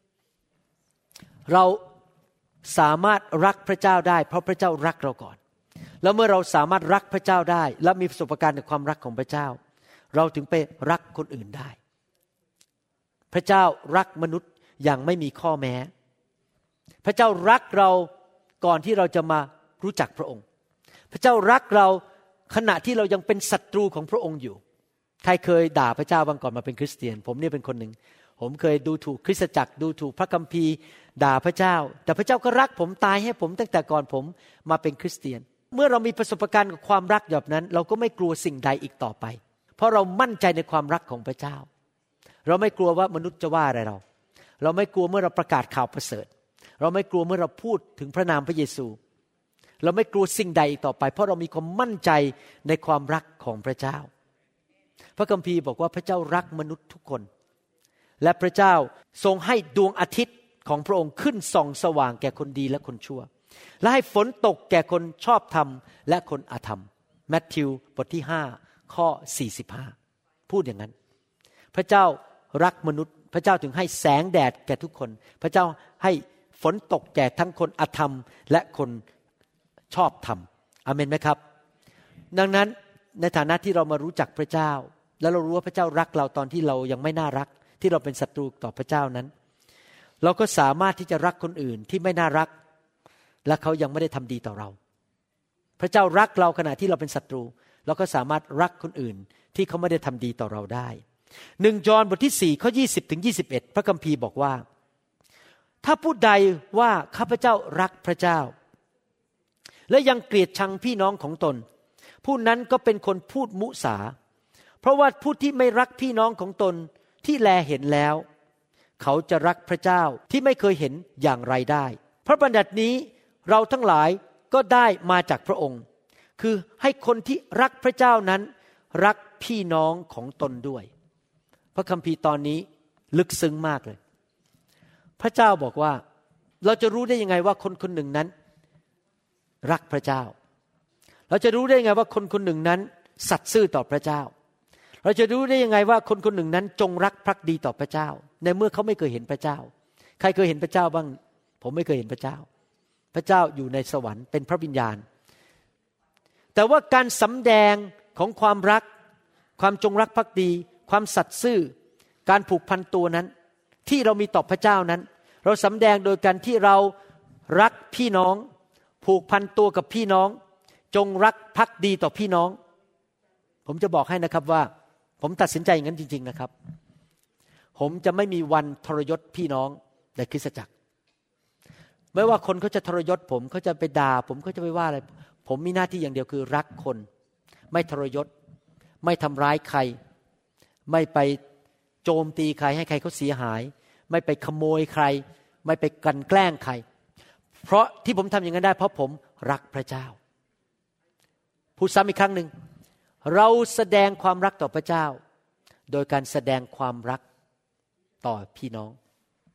เราสามารถรักพระเจ้าได้เพราะพระเจ้ารักเราก่อนแล้วเมื่อเราสามารถรักพระเจ้าได้และมีประสบการณ์ในความรักของพระเจ้าเราถึงไปรักคนอื่นได้พระเจ้ารักมนุษย์อย่างไม่มีข้อแม้พระเจ้ารักเราก่อนที่เราจะมารู้จักพระองค์พระเจ้ารักเราขณะที่เรายังเป็นศัตรูของพระองค์อยู่ใครเคยด่าพระเจ้าบ้างก่อนมาเป็นคริสเตียนผมเนี่ยเป็นคนหนึ่งผมเคยดูถูกคริสตจักรดูถูกพระคัมภีร์ด่าพระเจ้าแต่พระเจ้าก็รักผมตายให้ผมตั้งแต่ก่อนผมมาเป็นคริสเตียนเมื่อเรามีประสบการณ์กับความรักแบบนั้นเราก็ไม่กลัวสิ่งใดอีกต่อไปเพราะเรามั่นใจในความรักของพระเจ้าเราไม่กลัวว่ามนุษย์จะว่าอะไรเราเราไม่กลัวเมื่อเราประกาศข่าวประเสริฐเราไม่กลัวเมื่อเราพูดถึงพระนามพระเยซูเราไม่กลัวสิ่งใดอีกต่อไปเพราะเรามีความมั่นใจในความรักของพระเจ้าพระคัมภีร์บอกว่าพระเจ้ารักมนุษย์ทุกคนและพระเจ้าทรงให้ดวงอาทิตย์ของพระองค์ขึ้นส่องสว่างแก่คนดีและคนชั่วและให้ฝนตกแก่คนชอบธรรมและคนอธรรมมัทธิวบทที่ห้าข้อสี่สิบห้าพูดอย่างนั้นพระเจ้ารักมนุษย์พระเจ้าถึงให้แสงแดดแก่ทุกคนพระเจ้าให้ฝนตกแก่ทั้งคนอธรรมและคนชอบธรรมอาเมนไหมครับดังนั้นในฐานะที่เรามารู้จักพระเจ้าแล้วเรารู้ว่าพระเจ้ารักเราตอนที่เรายังไม่น่ารักที่เราเป็นศัตรูต่อพระเจ้านั้นเราก็สามารถที่จะรักคนอื่นที่ไม่น่ารักและเขายังไม่ได้ทำดีต่อเราพระเจ้ารักเราขณะที่เราเป็นศัตรูเราก็สามารถรักคนอื่นที่เขาไม่ได้ทำดีต่อเราได้หนึ่งจอห์นบทที่สี่ข้อยี่สิบถึงยี่สิบเอ็ดพระคัมภีร์บอกว่าถ้าผู้ใดว่าข้าพเจ้ารักพระเจ้าและยังเกลียดชังพี่น้องของตนผู้นั้นก็เป็นคนพูดมุสาเพราะว่าผู้ที่ไม่รักพี่น้องของตนที่แลเห็นแล้วเขาจะรักพระเจ้าที่ไม่เคยเห็นอย่างไรได้พระบัญญัตินี้เราทั้งหลายก็ได้มาจากพระองค์คือให้คนที่รักพระเจ้านั้นรักพี่น้องของตนด้วยพระคัมภีร์ตอนนี้ลึกซึ้งมากเลยพระเจ้าบอกว่าเราจะรู้ได้ยังไงว่าคนคนหนึ่งนั้นรักพระเจ้าเราจะรู้ได้ยังไงว่าคนคนหนึ่งนั้นสัตย์ซื่อต่อพระเจ้าเราจะรู้ได้ยังไงว่าคนคนหนึ่งนั้นจงรักภักดีต่อพระเจ้าในเมื่อเขาไม่เคยเห็นพระเจ้าใครเคยเห็นพระเจ้าบ้างผมไม่เคยเห็นพระเจ้าพระเจ้าอยู่ในสวรรค์เป็นพระวิญญาณแต่ว่าการสำแดงของความรักความจงรักภักดีความสัตย์ซื่อการผูกพันตัวนั้นที่เรามีต่อพระเจ้านั้นเราสำแดงโดยการที่เรารักพี่น้องผูกพันตัวกับพี่น้องจงรักภักดีต่อพี่น้องผมจะบอกให้นะครับว่าผมตัดสินใจอย่างนั้นจริงๆนะครับผมจะไม่มีวันทรยศพี่น้องในคริสตจักรไม่ว่าคนเขาจะทรยศผมเขาจะไปด่าผมเขาจะไปว่าอะไรผมมีหน้าที่อย่างเดียวคือรักคนไม่ทรยศไม่ทำร้ายใครไม่ไปโจมตีใครให้ใครเขาเสียหายไม่ไปขโมยใครไม่ไปกลั่นแกล้งใครเพราะที่ผมทำอย่างนั้นได้เพราะผมรักพระเจ้าพูดซ้ำอีกครั้งหนึ่งเราแสดงความรักต่อพระเจ้าโดยการแสดงความรักต่อพี่น้อง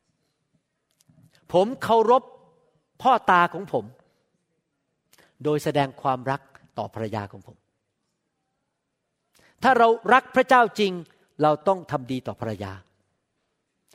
ผมเคารพพ่อตาของผมโดยแสดงความรักต่อภรรยาของผมถ้าเรารักพระเจ้าจริงเราต้องทำดีต่อภรรยา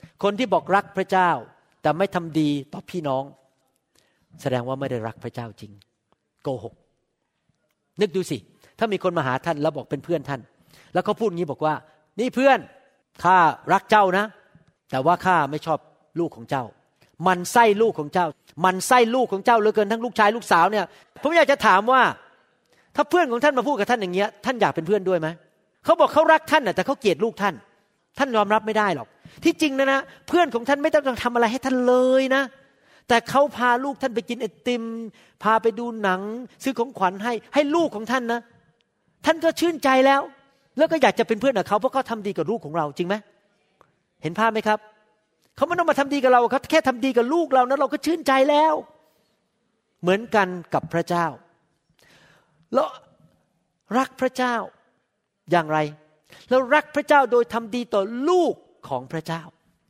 คนที่บอกรักพระเจ้าแต่ไม่ทำดีต่อพี่น้องแสดงว่าไม่ได้รักพระเจ้าจริงโกหกนึกดูสิถ้ามีคนมาหาท่านแล้วบอกเป็นเพื่อนท่านแล้วเขาพูดงี้บอกว่านี่เพื่อนข้ารักเจ้านะแต่ว่าข้าไม่ชอบลูกของเจ้ามันไส้ลูกของเจ้ามันไส้ลูกของเจ้าเหลือเกินทั้งลูกชายลูกสาวเนี่ยผมอยากจะถามว่าถ้าเพื่อนของท่านมาพูดกับท่านอย่างเงี้ยท่านอยากเป็นเพื่อนด้วยไหมเขาบอกเขารักท่านแต่เขาเกลียดลูกท่านท่านยอมรับไม่ได้หรอกที่จริงนะนะเพื่อนของท่านไม่ต้องทำอะไรให้ท่านเลยนะแต่เขาพาลูกท่านไปกินไอติมพาไปดูหนังซื้อของขวัญให้ให้ลูกของท่านนะท่านก็ชื่นใจแล้วแล้วก็อยากจะเป็นเพื่อนกับเขาเพราะเขาทำดีกับลูกของเราจริงไหมเห็นภาพไหมครับเขาไม่ต้องมาทำดีกับเราเขาแค่ทำดีกับลูกเรานะเราก็ชื่นใจแล้วเหมือนกันกับพระเจ้าแล้วรักพระเจ้าอย่างไรเรารักพระเจ้าโดยทำดีต่อลูกของพระเจ้า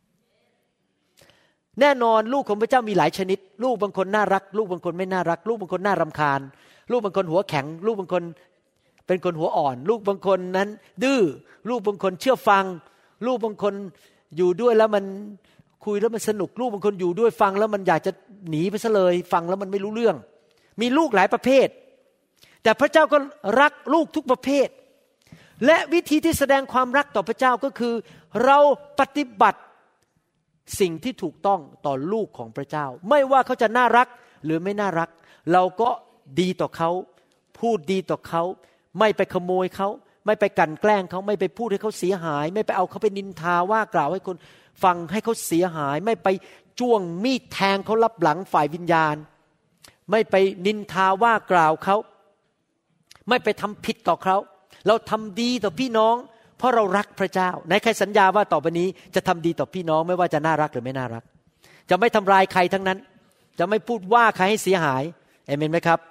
แน่นอนลูกของพระเจ้ามีหลายชนิดลูกบางคนน่ารักลูกบางคนไม่น่ารักลูกบางคนน่ารำคาญลูกบางคนหัวแข็งลูกบางคนเป็นคนหัวอ่อนลูกบางคนนั้นดื้อลูกบางคนเชื่อฟังลูกบางคนอยู่ด้วยแล้วมันคุยแล้วมันสนุกลูกบางคนอยู่ด้วยฟังแล้วมันอยากจะหนีไปซะเลยฟังแล้วมันไม่รู้เรื่องมีลูกหลายประเภทแต่พระเจ้าก็รักลูกทุกประเภทและวิธีที่แสดงความรักต่อพระเจ้าก็คือเราปฏิบัติสิ่งที่ถูกต้องต่อลูกของพระเจ้าไม่ว่าเขาจะน่ารักหรือไม่น่ารักเราก็ดีต่อเขาพูดดีต่อเขาไม่ไปขโมยเขาไม่ไปกลั่นแกล้งเขาไม่ไปพูดให้เขาเสียหายไม่ไปเอาเขาไปนินทาว่ากล่าวให้คนฟังให้เขาเสียหายไม่ไปจ้วงมีดแทงเขาลับหลังฝ่ายวิญญาณไม่ไปนินทาว่ากล่าวเขาไม่ไปทำผิดต่อเขาเราทำดีต่อพี่น้องเพราะเรารักพระเจ้าไหนใครสัญญาว่าต่อไปนี้จะทำดีต่อพี่น้องไม่ว่าจะน่ารักหรือไม่น่ารักจะไม่ทำลายใครทั้งนั้นจะไม่พูดว่าใครให้เสียหายเอเมนไหมครับ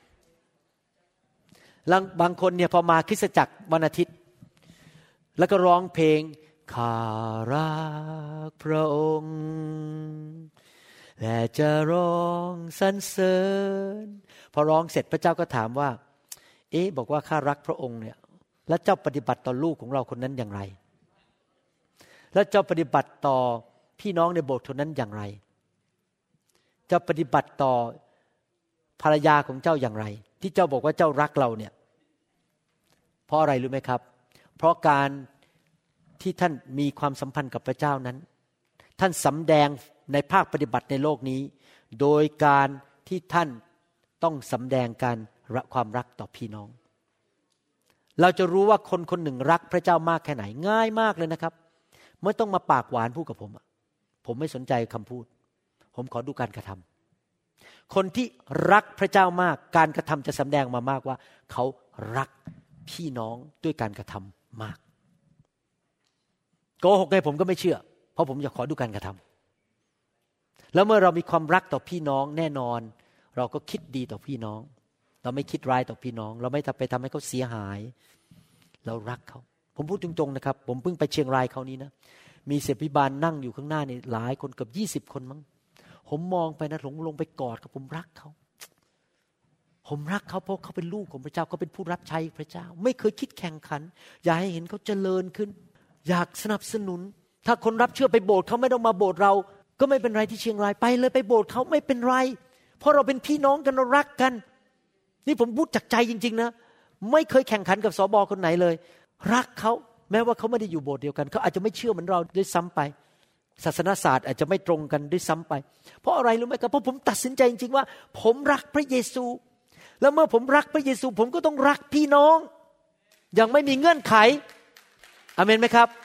บางคนเนี่ยพอมาคริสตจักรวันอาทิตย์แล้วก็ร้องเพลงข้ารักพระองค์และจะร้องสรรเสริญพอร้องเสร็จพระเจ้าก็ถามว่าเอ๊ะบอกว่าข้ารักพระองค์เนี่ยแล้วเจ้าปฏิบัติต่อลูกของเราคนนั้นอย่างไรแล้วเจ้าปฏิบัติต่อพี่น้องในโบสถ์คนนั้นอย่างไรเจ้าปฏิบัติต่อภรรยาของเจ้าอย่างไรที่เจ้าบอกว่าเจ้ารักเราเนี่ยเพราะอะไรรู้ไหมครับเพราะการที่ท่านมีความสัมพันธ์กับพระเจ้านั้นท่านสำแดงในภาคปฏิบัติในโลกนี้โดยการที่ท่านต้องสำแดงการความรักต่อพี่น้องเราจะรู้ว่าคนคนหนึ่งรักพระเจ้ามากแค่ไหนง่ายมากเลยนะครับไม่ต้องมาปากหวานพูดกับผมผมไม่สนใจคำพูดผมขอดูการกระทำคนที่รักพระเจ้ามากการกระทำจะสำแดงมามากว่าเขารักพี่น้องด้วยการกระทำมากโกหกไงผมก็ไม่เชื่อเพราะผมอยากขอดูการกระทำแล้วเมื่อเรามีความรักต่อพี่น้องแน่นอนเราก็คิดดีต่อพี่น้องเราไม่คิดร้ายต่อพี่น้องเราไม่ไปทำให้เขาเสียหายเรารักเขาผมพูดตรงๆนะครับผมเพิ่งไปเชียงรายเขานี้นะมีศิษย์บาลนั่งอยู่ข้างหน้านี่หลายคนเกือบยี่สิบคนมั้งผมมองไปนะหลงลงไปกอดเขาผมรักเขาผมรักเขาเพราะเขาเป็นลูกของพระเจ้าเขาเป็นผู้รับใช้พระเจ้าไม่เคยคิดแข่งขันอยากให้เห็นเขาเจริญขึ้นอยากสนับสนุนถ้าคนรับเชื่อไปโบสถ์เขาไม่ต้องมาโบสถ์เราก็ไม่เป็นไรที่เชียงรายไปเลยไปโบสถ์เขาไม่เป็นไรเพราะเราเป็นพี่น้องกันเรารักกันนี่ผมพูดจากใจจริงๆนะไม่เคยแข่งขันกับสบคนไหนเลยรักเขาแม้ว่าเขาไม่ได้อยู่โบสถ์เดียวกันเขาอาจจะไม่เชื่อเหมือนเราด้วยซ้ำไปศาสนศาสตร์อาจจะไม่ตรงกันด้วยซ้ำไปเพราะอะไรรู้ไหมครับเพราะผมตัดสินใจจริงๆว่าผมรักพระเยซูแล้วเมื่อผมรักพระเยซูผมก็ต้องรักพี่น้องอย่างไม่มีเงื่อนไขอาเมนไหมครับ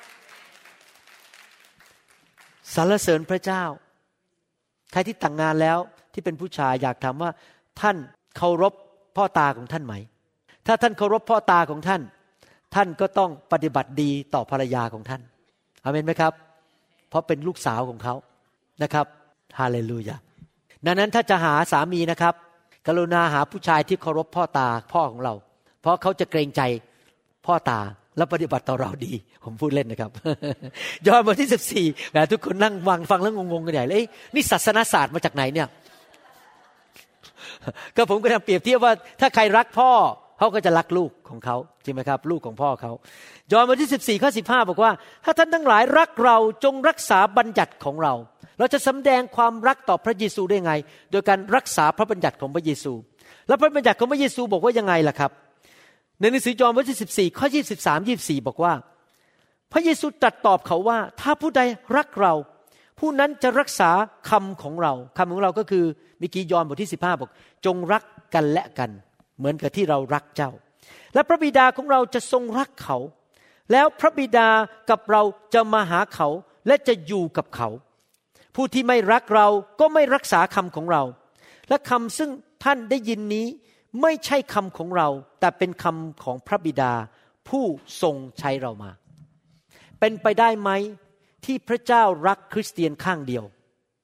สรรเสริญพระเจ้าใครที่แต่งงานแล้วที่เป็นผู้ชายอยากถามว่าท่านเคารพพ่อตาของท่านไหมถ้าท่านเคารพพ่อตาของท่านท่านก็ต้องปฏิบัติดีต่อภรรยาของท่านอาเมนไหมครับเพราะเป็นลูกสาวของเขานะครับฮาเลลูยาดังนั้นถ้าจะหาสามีนะครับกรุณาหาผู้ชายที่เคารพพ่อตาพ่อของเราเพราะเขาจะเกรงใจพ่อตาและปฏิบัติต่อเราดีผมพูดเล่นนะครับ ยอห์นบทที่สิบสี่แหมทุกคนนั่งฟังฟังแล้วงงๆกันใหญ่เลยนี่ศาสนศาสตร์มาจากไหนเนี่ย ก็ผมก็ทำเปรียบเทียบว่าถ้าใครรักพ่อเขาก็จะรักลูกของเขาจริงไหมครับลูกของพ่อเขายอห์นบทที่สิบสี่ข้อสิบห้าบอกว่าถ้าท่านทั้งหลายรักเราจงรักษาบัญญัติของเราเราจะสำแดงความรักต่อพระเยซูได้ไงโดยการรักษาพระบัญญัติของพระเยซูแล้วพระบัญญัติของพระเยซูบอกว่ายังไงล่ะครับในหนังสือยอห์นบทที่สิบสี่ข้อยี่สิบสาม ยี่สิบสี่บอกว่าพระเยซูตรัสตอบเขาว่าถ้าผู้ใดรักเราผู้นั้นจะรักษาคำของเราคำของเราก็คือเมื่อกี้ยอห์นบทที่สิบห้าบอกจงรักกันและกันเหมือนกับที่เรารักเจ้าและพระบิดาของเราจะทรงรักเขาแล้วพระบิดากับเราจะมาหาเขาและจะอยู่กับเขาผู้ที่ไม่รักเราก็ไม่รักษาคำของเราและคำซึ่งท่านได้ยินนี้ไม่ใช่คำของเราแต่เป็นคำของพระบิดาผู้ทรงใช้เรามาเป็นไปได้ไหมที่พระเจ้ารักคริสเตียนข้างเดียว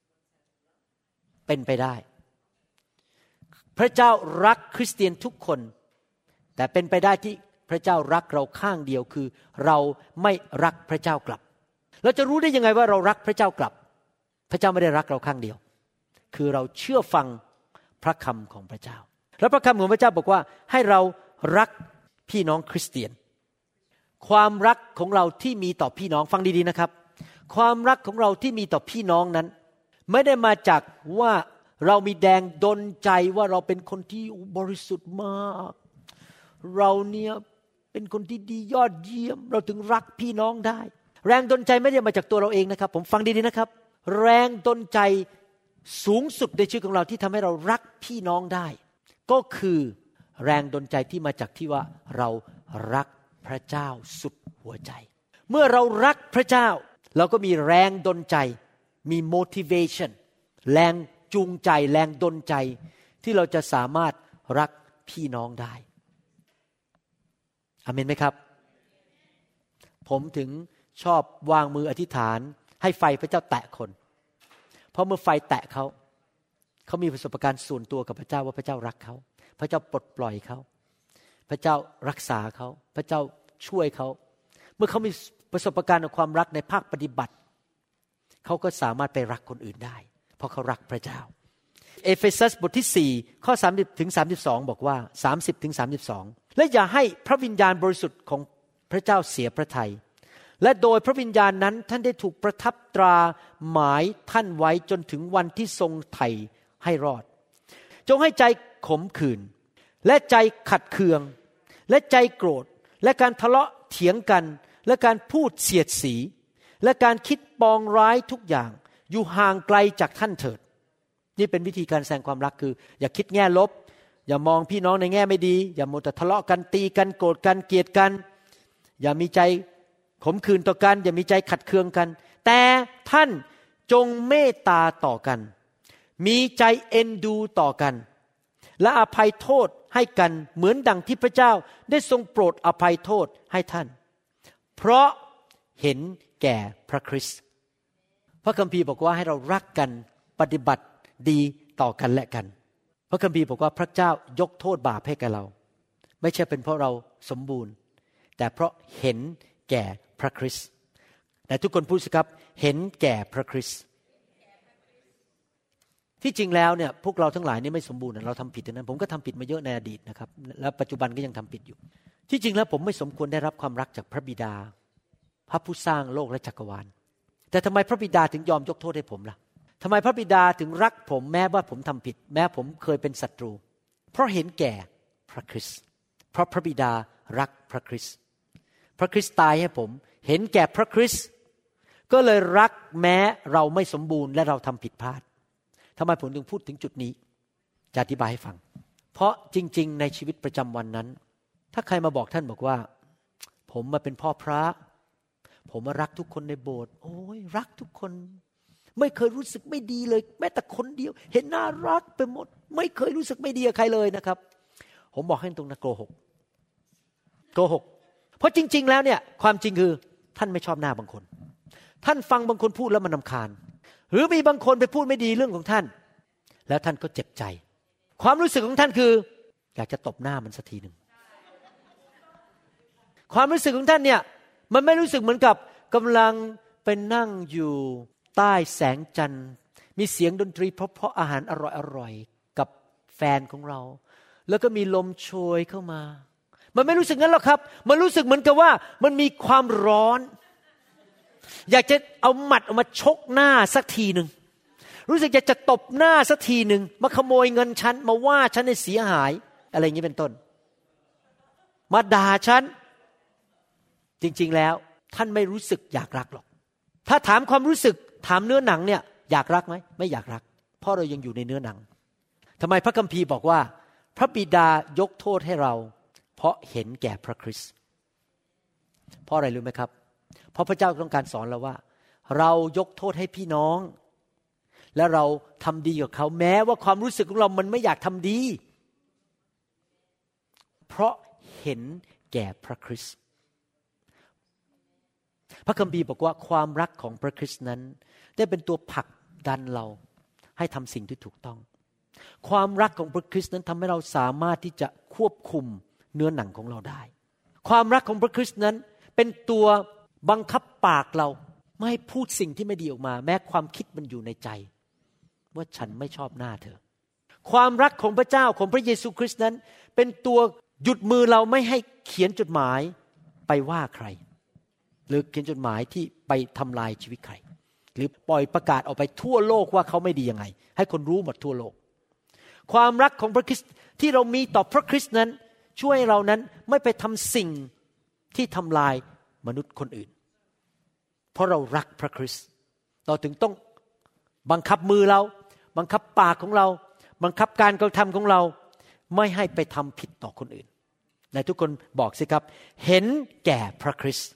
เป็นไปได้พระเจ้ารักคริสเตียนทุกคนแต่เป็นไปได้ที่พระเจ้ารักเราข้างเดียวคือเราไม่รักพระเจ้ากลับเราจะรู้ได้ยังไงว่าเรารักพระเจ้ากลับพระเจ้าไม่ได้รักเราข้างเดียวคือเราเชื่อฟังพระคำของพระเจ้าแล้วพระคำของพระเจ้าบอกว่าให้เรารักพี่น้องคริสเตียนความรักของเราที่มีต่อพี่น้องฟังดีๆนะครับความรักของเราที่มีต่อพี่น้องนั้นไม่ได้มาจากว่าเรามีแรงดลใจว่าเราเป็นคนที่บริสุทธิ์มากเราเนี่ยเป็นคนที่ดียอดเยี่ยมเราถึงรักพี่น้องได้แรงดลใจไม่ได้มาจากตัวเราเองนะครับผมฟังดีๆนะครับแรงดลใจสูงสุดในชีวิตของเราที่ทำให้เรารักพี่น้องได้ก็คือแรงดลใจที่มาจากที่ว่าเรารักพระเจ้าสุดหัวใจเมื่อเรารักพระเจ้าเราก็มีแรงดลใจมี motivation แรงจูงใจแรงดลใจที่เราจะสามารถรักพี่น้องได้อาเมนไหมครับผมถึงชอบวางมืออธิษฐานให้ไฟพระเจ้าแตะคนเพราะเมื่อไฟแตะเขาเขามีประสบการณ์ส่วนตัวกับพระเจ้าว่าพระเจ้ารักเขาพระเจ้าปลดปล่อยเขาพระเจ้ารักษาเขาพระเจ้าช่วยเขาเมื่อเขามีประสบการณ์ของความรักในภาคปฏิบัติเขาก็สามารถไปรักคนอื่นได้เพราะเขารักพระเจ้าเอเฟซัสบทที่สี่ข้อสามสิบถึงสามสิบสองบอกว่าสามสิบถึงสามสิบสองและอย่าให้พระวิญญาณบริสุทธิ์ของพระเจ้าเสียพระทัยและโดยพระวิญญาณนั้นท่านได้ถูกประทับตราหมายท่านไว้จนถึงวันที่ทรงไถ่ให้รอดจงให้ใจขมขื่นและใจขัดเคืองและใจโกรธและการทะเลาะเถียงกันและการพูดเสียดสีและการคิดปองร้ายทุกอย่างอยู่ห่างไกลจากท่านเถิดนี่เป็นวิธีการแสดงความรักคืออย่าคิดแง่ลบอย่ามองพี่น้องในแง่ไม่ดีอย่ามัวแต่ทะเลาะกันตีกันโกรธกันเกลียดกันอย่ามีใจขมขื่นต่อกันอย่ามีใจขัดเคืองกันแต่ท่านจงเมตตาต่อกันมีใจเอ็นดูต่อกันและอภัยโทษให้กันเหมือนดังที่พระเจ้าได้ทรงโปรดอภัยโทษให้ท่านเพราะเห็นแก่พระคริสต์พระคัมภีร์บอกว่าให้เรารักกันปฏิบัติดีต่อกันและกันพระคัมภีร์บอกว่าพระเจ้ายกโทษบาปให้แก่เราไม่ใช่เป็นเพราะเราสมบูรณ์แต่เพราะเห็นแก่พระคริสต์แต่ทุกคนพูดสิครับเห็นแก่พระคริสต์ที่จริงแล้วเนี่ยพวกเราทั้งหลายนี่ไม่สมบูรณ์เราทำผิดนั้นผมก็ทำผิดมาเยอะในอดีตนะครับและปัจจุบันก็ยังทำผิดอยู่ที่จริงแล้วผมไม่สมควรได้รับความรักจากพระบิดาพระผู้สร้างโลกและจักรวาลแต่ทำไมพระบิดาถึงยอมยกโทษให้ผมล่ะทำไมพระบิดาถึงรักผมแม้ว่าผมทำผิดแม้ผมเคยเป็นศัตรูเพราะเห็นแก่พระคริสต์เพราะพระบิดารักพระคริสต์พระคริสต์ตายให้ผมเห็นแก่พระคริสต์ก็เลยรักแม้เราไม่สมบูรณ์และเราทำผิดพลาดทำไมผมถึงพูดถึงจุดนี้จะอธิบายให้ฟังเพราะจริงๆในชีวิตประจำวันนั้นถ้าใครมาบอกท่านบอกว่าผมมาเป็นพ่อพระผมมารักทุกคนในโบสถ์โอ้ยรักทุกคนไม่เคยรู้สึกไม่ดีเลยแม้แต่คนเดียวเห็นน่ารักไปหมดไม่เคยรู้สึกไม่ดีกับใครเลยนะครับผมบอกให้ตรงนะโกหกโกหกเพราะจริงๆแล้วเนี่ยความจริงคือท่านไม่ชอบหน้าบางคนท่านฟังบางคนพูดแล้วมันรำคาญหรือมีบางคนไปพูดไม่ดีเรื่องของท่านแล้วท่านก็เจ็บใจความรู้สึกของท่านคืออยากจะตบหน้ามันสักทีนึงความรู้สึกของท่านเนี่ยมันไม่รู้สึกเหมือนกับกำลังไปนั่งอยู่ใต้แสงจันทร์มีเสียงดนตรีเพราะๆอาหารอร่อยๆกับแฟนของเราแล้วก็มีลมโชยเข้ามามันไม่รู้สึกงั้นหรอกครับมันรู้สึกเหมือนกับว่ามันมีความร้อนอยากจะเอาหมัดออกมาชกหน้าสักทีนึงรู้สึกอยากจะตบหน้าสักทีนึงมาขโมยเงินฉันมาว่าฉันให้เสียหายอะไรอย่างนี้เป็นต้นมาด่าฉันจริงๆแล้วท่านไม่รู้สึกอยากรักหรอกถ้าถามความรู้สึกถามเนื้อหนังเนี่ยอยากรักไหมไม่อยากรักเพราะเรายังอยู่ในเนื้อหนังทำไมพระคัมภีร์บอกว่าพระบิดายกโทษให้เราเพราะเห็นแก่พระคริสต์เพราะอะไรรู้ไหมครับเพราะพระเจ้าต้องการสอนเราว่าเรายกโทษให้พี่น้องและเราทำดีกับเขาแม้ว่าความรู้สึกของเรามันไม่อยากทำดีเพราะเห็นแก่พระคริสต์พระคัมภีร์บอกว่าความรักของพระคริสต์นั้นได้เป็นตัวผลักดันเราให้ทำสิ่งที่ถูกต้องความรักของพระคริสต์นั้นทำให้เราสามารถที่จะควบคุมเนื้อหนังของเราได้ความรักของพระคริสต์นั้นเป็นตัวบังคับปากเราไม่ให้พูดสิ่งที่ไม่ดีออกมาแม้ความคิดมันอยู่ในใจว่าฉันไม่ชอบหน้าเธอความรักของพระเจ้าของพระเยซูคริสต์นั้นเป็นตัวหยุดมือเราไม่ให้เขียนจดหมายไปว่าใครหรือเขียนจดหมายที่ไปทำลายชีวิตใครหรือปล่อยประกาศออกไปทั่วโลกว่าเขาไม่ดียังไงให้คนรู้หมดทั่วโลกความรักของพระคริสต์ที่เรามีต่อพระคริสต์นั้นช่วยเรานั้นไม่ไปทำสิ่งที่ทำลายมนุษย์คนอื่นเพราะเรารักพระคริสต์เราถึงต้องบังคับมือเราบังคับปากของเราบังคับการกระทำของเราไม่ให้ไปทำผิดต่อคนอื่นในทุกคนบอกสิครับเห็นแก่พระคริสต์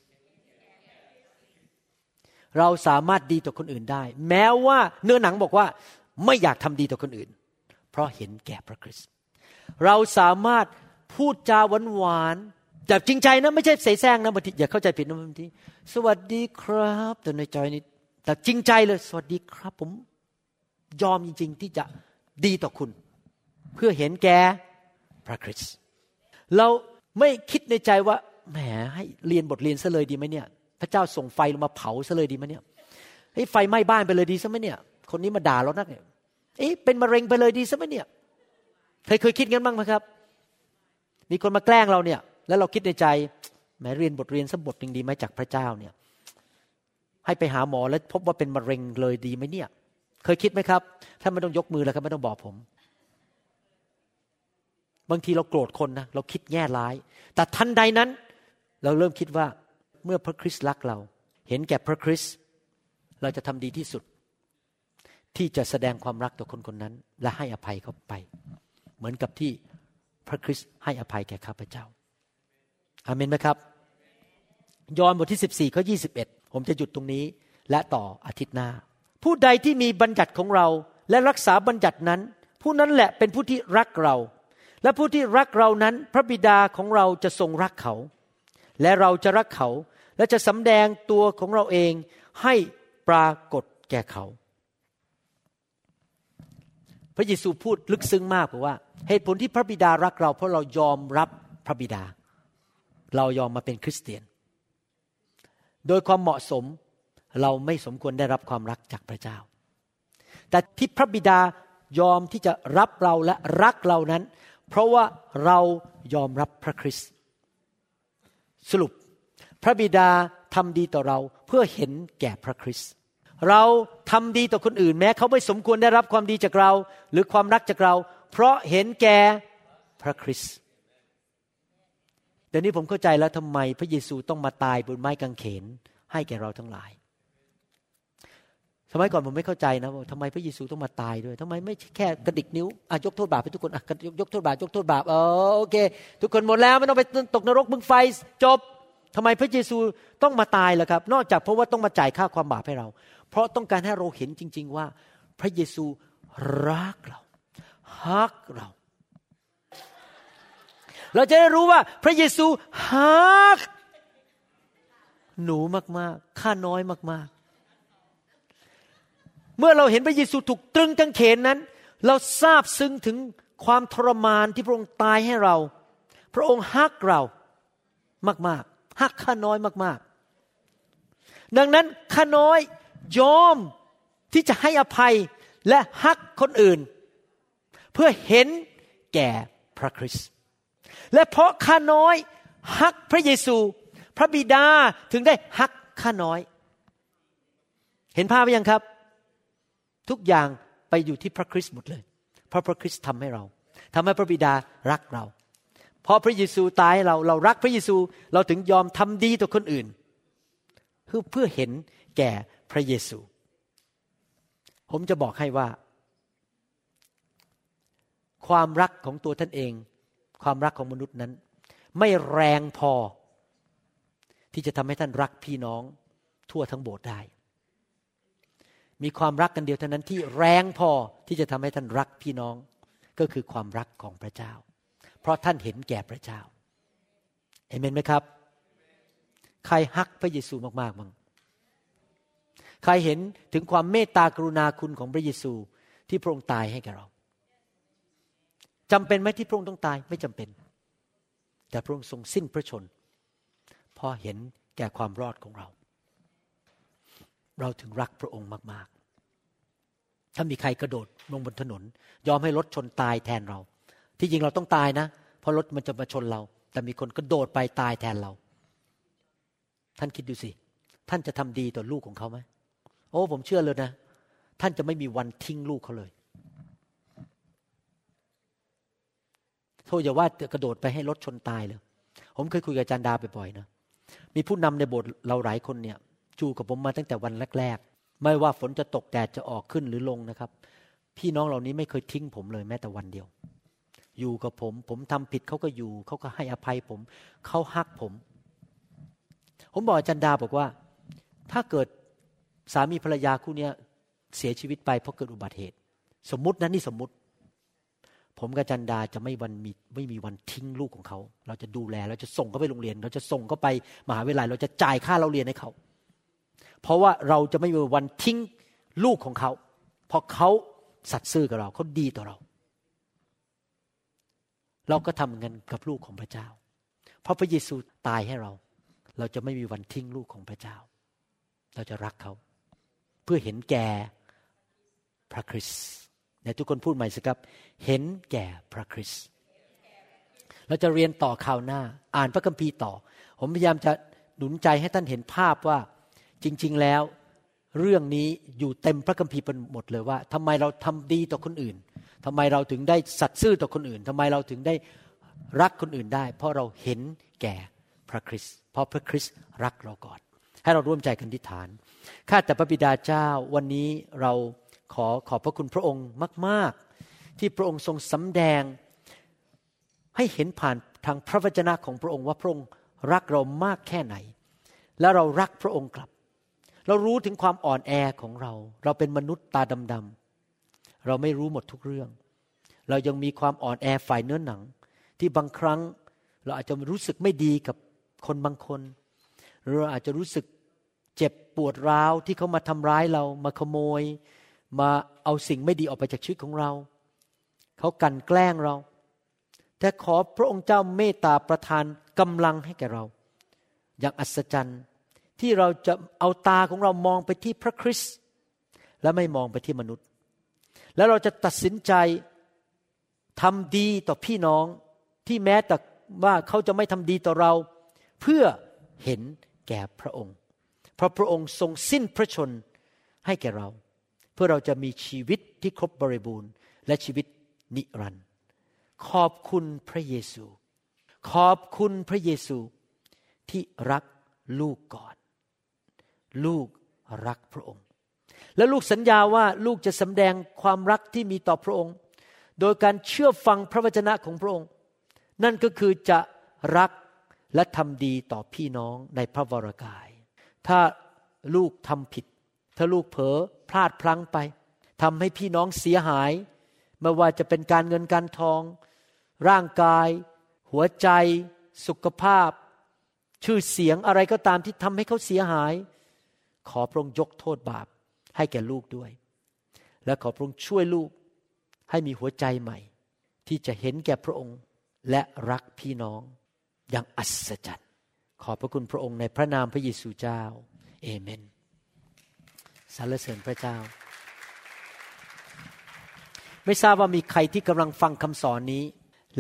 เราสามารถดีต่อคนอื่นได้แม้ว่าเนื้อหนังบอกว่าไม่อยากทำดีต่อคนอื่นเพราะเห็นแก่พระคริสต์เราสามารถพูดจาหวานๆแบบจริงใจนะไม่ใช่เสแสร้งนะบางทีอย่าเข้าใจผิดนะบางทีสวัสดีครับแต่ในใจนี่แต่จริงใจเลยสวัสดีครับผมยอมจริงๆที่จะดีต่อคุณเพื่อเห็นแก่พระคริสต์เราไม่คิดในใจว่าแหมให้เรียนบทเรียนซะเลยดีไหมเนี่ยพระเจ้าส่งไฟลงมาเผาซะเลยดีไหมเนี่ยเฮ้ยไฟไหม้บ้านไปเลยดีซะไหมเนี่ยคนนี้มาด่าเรานักเนี่ยเอ๊ะเป็นมะเร็งไปเลยดีซะไหมเนี่ยเคยเคยคิดงั้นบ้างไหมครับมีคนมาแกล้งเราเนี่ยแล้วเราคิดในใจแหมเรียนบทเรียนสักบทนึงดีไหมจากพระเจ้าเนี่ยให้ไปหาหมอแล้วพบว่าเป็นมะเร็งเลยดีไหมเนี่ยเคยคิดไหมครับถ้าไม่ต้องยกมือแล้วครับไม่ต้องบอกผมบางทีเราโกรธคนนะเราคิดแง่ร้ายแต่ทันใดนั้นเราเริ่มคิดว่าเมื่อพระคริสต์รักเราเห็นแก่พระคริสต์เราจะทำดีที่สุดที่จะแสดงความรักต่อคนคนนั้นและให้อภัยเขาไปเหมือนกับที่พระคริสต์ให้อภัยแก่ข้าพเจ้าอาเมนไหมครับยอห์นบทที่สิบสี่ข้อยี่สิบเอ็ดผมจะหยุดตรงนี้และต่ออาทิตย์หน้าผู้ใดที่มีบัญญัติของเราและรักษาบัญญัตินั้นผู้นั้นแหละเป็นผู้ที่รักเราและผู้ที่รักเรานั้นพระบิดาของเราจะทรงรักเขาและเราจะรักเขาและจะสำแดงตัวของเราเองให้ปรากฏแก่เขาพระเยซูพูดลึกซึ้งมากเพราะว่าเหตุผลที่พระบิดารักเราเพราะเรายอมรับพระบิดาเรายอมมาเป็นคริสเตียนโดยความเหมาะสมเราไม่สมควรได้รับความรักจากพระเจ้าแต่ที่พระบิดายอมที่จะรับเราและรักเรานั้นเพราะว่าเรายอมรับพระคริสต์สรุปพระบิดาทำดีต่อเราเพื่อเห็นแก่พระคริสต์เราทำดีต่อคนอื่นแม้เขาไม่สมควรได้รับความดีจากเราหรือความรักจากเราเพราะเห็นแก่พระคริสต์เดี๋ยวนี้ผมเข้าใจแล้วทำไมพระเยซูต้องมาตายบนไม้กางเขนให้แก่เราทั้งหลายสมัยก่อนผมไม่เข้าใจนะว่าทำไมพระเยซูต้องมาตายด้วยทำไมไม่แค่กระดิกนิ้วอ่ะยกโทษบาปให้ทุกคนอ่ะยกยกโทษบาปยกโทษบาปเออโอเคทุกคนหมดแล้วไม่ต้องไปตกนรกมึงไฟจบทำไมพระเยซูต้องมาตายล่ะครับนอกจากเพราะว่าต้องมาจ่ายค่าความบาปให้เราเพราะต้องการให้เราเห็นจริงๆว่าพระเยซูรักเราฮักเราเราจะได้รู้ว่าพระเยซูฮักหนูมากๆข้าน้อยมากๆเมื่อเราเห็นพระเยซูถูกตรึงกางเขนนั้นเราซาบซึ้งถึงความทรมานที่พระองค์ตายให้เราพระองค์ฮักเรามากๆฮักข้าน้อยมากๆดังนั้นข้าน้อยยอมที่จะให้อภัยและฮักคนอื่นเพื่อเห็นแก่พระคริสต์และเพราะข้าน้อยฮักพระเยซูพระบิดาถึงได้ฮักข้าน้อยเห็นภาพไหมยังครับทุกอย่างไปอยู่ที่พระคริสต์หมดเลยเพราะพระคริสต์ทำให้เราทำให้พระบิดารักเราเพราะพระเยซูตายให้เราเรารักพระเยซูเราถึงยอมทำดีต่อคนอื่นเพื่อเพื่อเห็นแก่พระเยซูผมจะบอกให้ว่าความรักของตัวท่านเองความรักของมนุษย์นั้นไม่แรงพอที่จะทำให้ท่านรักพี่น้องทั่วทั้งโบสถ์ได้มีความรักกันเดียวเท่านั้นที่แรงพอที่จะทำให้ท่านรักพี่น้องก็คือความรักของพระเจ้าเพราะท่านเห็นแก่พระเจ้าเอเมนไหมครับใครฮักพระเยซูมากๆมั้งใครเห็นถึงความเมตตากรุณาคุณของพระเยซูที่พระองค์ตายให้แก่เราจำเป็นไหมที่พระองค์ต้องตายไม่จำเป็นแต่พระองค์ทรงสิ้นพระชนเพราะเห็นแก่ความรอดของเราเราถึงรักพระองค์มากๆถ้ามีใครกระโดดลงบนถนนยอมให้รถชนตายแทนเราที่จริงเราต้องตายนะเพราะรถมันจะมาชนเราแต่มีคนกระโดดไปตายแทนเราท่านคิดดูสิท่านจะทำดีต่อลูกของเขาไหมโอ้ผมเชื่อเลยนะท่านจะไม่มีวันทิ้งลูกเขาเลยโทษอย่าว่ากระโดดไปให้รถชนตายเลยผมเคยคุยกับอาจารย์ดาบ่อยๆนะมีผู้นำในโบสถ์เราหลายคนเนี่ยจูกับผมมาตั้งแต่วันแรกๆไม่ว่าฝนจะตกแดดจะออกขึ้นหรือลงนะครับพี่น้องเหล่านี้ไม่เคยทิ้งผมเลยแม้แต่วันเดียวอยู่กับผมผมทำผิดเขาก็อยู่เขาก็ให้อภัยผมเขาฮักผมผมบอกอาจารย์ดาบอกว่าถ้าเกิดสามีภรรยาคู่นี้เสียชีวิตไปเพราะเกิดอุบัติเหตุสมมุตินะนี่สมมุติผมกับอาจารย์ดาจะไม่วันมีไม่มีวันทิ้งลูกของเขาเราจะดูแลเราจะส่งเขาไปโรงเรียนเราจะส่งเขาไปมหาวิทยาลัยเราจะจ่ายค่าเราเรียนให้เขาเพราะว่าเราจะไม่มีวันทิ้งลูกของเขาเพราะเขาสัตย์ซื่อกับเราเขาดีต่อเราเราก็ทำเงินกับลูกของพระเจ้าเพราะพระเยซูตายให้เราเราจะไม่มีวันทิ้งลูกของพระเจ้าเราจะรักเขาเพื่อเห็นแก่พระคริสต์เนี่ยทุกคนพูดใหม่สิครับเห็นแก่พระคริสต์เราจะเรียนต่อคราวหน้าอ่านพระคัมภีร์ต่อผมพยายามจะหนุนใจให้ท่านเห็นภาพว่าจริงๆแล้วเรื่องนี้อยู่เต็มพระคัมภีร์หมดเลยว่าทำไมเราทำดีต่อคนอื่นทำไมเราถึงได้สัตย์ซื่อต่อคนอื่นทำไมเราถึงได้รักคนอื่นได้เพราะเราเห็นแก่พระคริสต์เพราะพระคริสต์รักเราก่อนให้เราร่วมใจกันอธิษฐานข้าแต่พระบิดาเจ้าวันนี้เราขอขอบพระคุณพระองค์มากๆที่พระองค์ทรงสำแดงให้เห็นผ่านทางพระวจนะของพระองค์ว่าพระองค์รักเรามากแค่ไหนและเรารักพระองค์กลับเรารู้ถึงความอ่อนแอของเราเราเป็นมนุษย์ตาดำๆเราไม่รู้หมดทุกเรื่องเรายังมีความอ่อนแอฝ่ายเนื้อหนังที่บางครั้งเราอาจจะรู้สึกไม่ดีกับคนบางคนหรือเราอาจจะรู้สึกเจ็บปวดร้าวที่เขามาทำร้ายเรามาขโมยมาเอาสิ่งไม่ดีออกไปจากชีวิตของเราเขากลั่นแกล้งเราแต่ขอพระองค์เจ้าเมตตาประทานกำลังให้แก่เราอย่างอัศจรรย์ที่เราจะเอาตาของเรามองไปที่พระคริสต์และไม่มองไปที่มนุษย์แล้วเราจะตัดสินใจทำดีต่อพี่น้องที่แม้แต่ว่าเขาจะไม่ทำดีต่อเราเพื่อเห็นแก่พระองค์เพราะพระองค์ทรงสิ้นพระชนให้แก่เราเพื่อเราจะมีชีวิตที่ครบบริบูรณ์และชีวิตนิรันดร์ขอบคุณพระเยซูขอบคุณพระเยซูที่รักลูกก่อนลูกรักพระองค์และลูกสัญญาว่าลูกจะสำแดงความรักที่มีต่อพระองค์โดยการเชื่อฟังพระวจนะของพระองค์นั่นก็คือจะรักและทำดีต่อพี่น้องในพระวรกายถ้าลูกทำผิดถ้าลูกเผลอพลาดพลั้งไปทำให้พี่น้องเสียหายไม่ว่าจะเป็นการเงินการทองร่างกายหัวใจสุขภาพชื่อเสียงอะไรก็ตามที่ทำให้เขาเสียหายขอพระองค์ยกโทษบาปให้แก่ลูกด้วยและขอพระองค์ช่วยลูกให้มีหัวใจใหม่ที่จะเห็นแก่พระองค์และรักพี่น้องอย่างอัศจรรย์ขอบพระคุณพระองค์ในพระนามพระเยซูเจ้าเอเมนสรรเสริญพระเจ้าไม่ทราบว่ามีใครที่กำลังฟังคำสอนนี้และ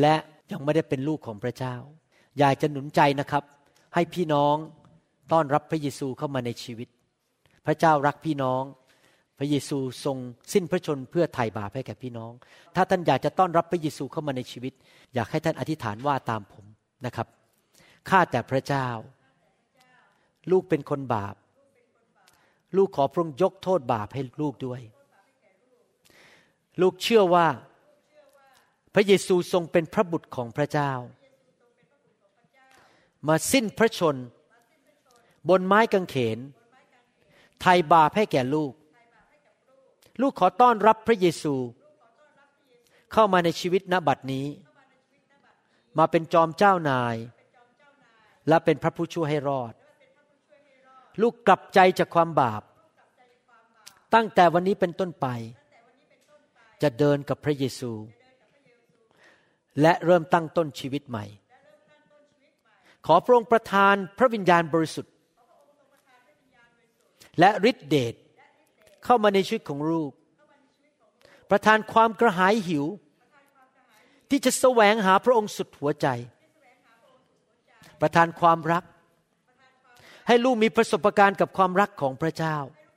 ยังไม่ได้เป็นลูกของพระเจ้าอยากจะหนุนใจนะครับให้พี่น้องต้อนรับพระเยซูเข้ามาในชีวิตพระเจ้ารักพี่น้องพระเยซูทรงสิ้นพระชนม์เพื่อไถ่บาปให้แก่พี่น้องถ้าท่านอยากจะต้อนรับพระเยซูเข้ามาในชีวิตอยากให้ท่านอธิษฐานว่าตามผมนะครับข้าแต่พระเจ้าลูกเป็นคนบาปลูกขอพระองค์ยกโทษบาปให้ลูกด้วยลูกเชื่อว่าพระเยซูทรงเป็นพระบุตรของพระเจ้ามาสิ้นพระชนม์บนไม้กางเขนไถ่บาปให้แก่ลูกลูกขอต้อนรับพระเยซูเข้ามาในชีวิตณบัดนี้มาเป็นจอมเจ้านายและเป็นพระผู้ช่วยให้รอดลูกกลับใจจากความบาปตั้งแต่วันนี้เป็นต้นไปจะเดินกับพระเยซูและเริ่มตั้งต้นชีวิตใหม่ขอพระองค์ประทานพระวิญญาณบริสุทธิ์และฤทธิเดชเข้ามาในชีวิตของลูกประทานความกระหายหิวที่จะแสวงหาพระองค์สุดหัวใจประทานความรักให้ลูกมีประสบการณ์กับความรักของพระเจ้า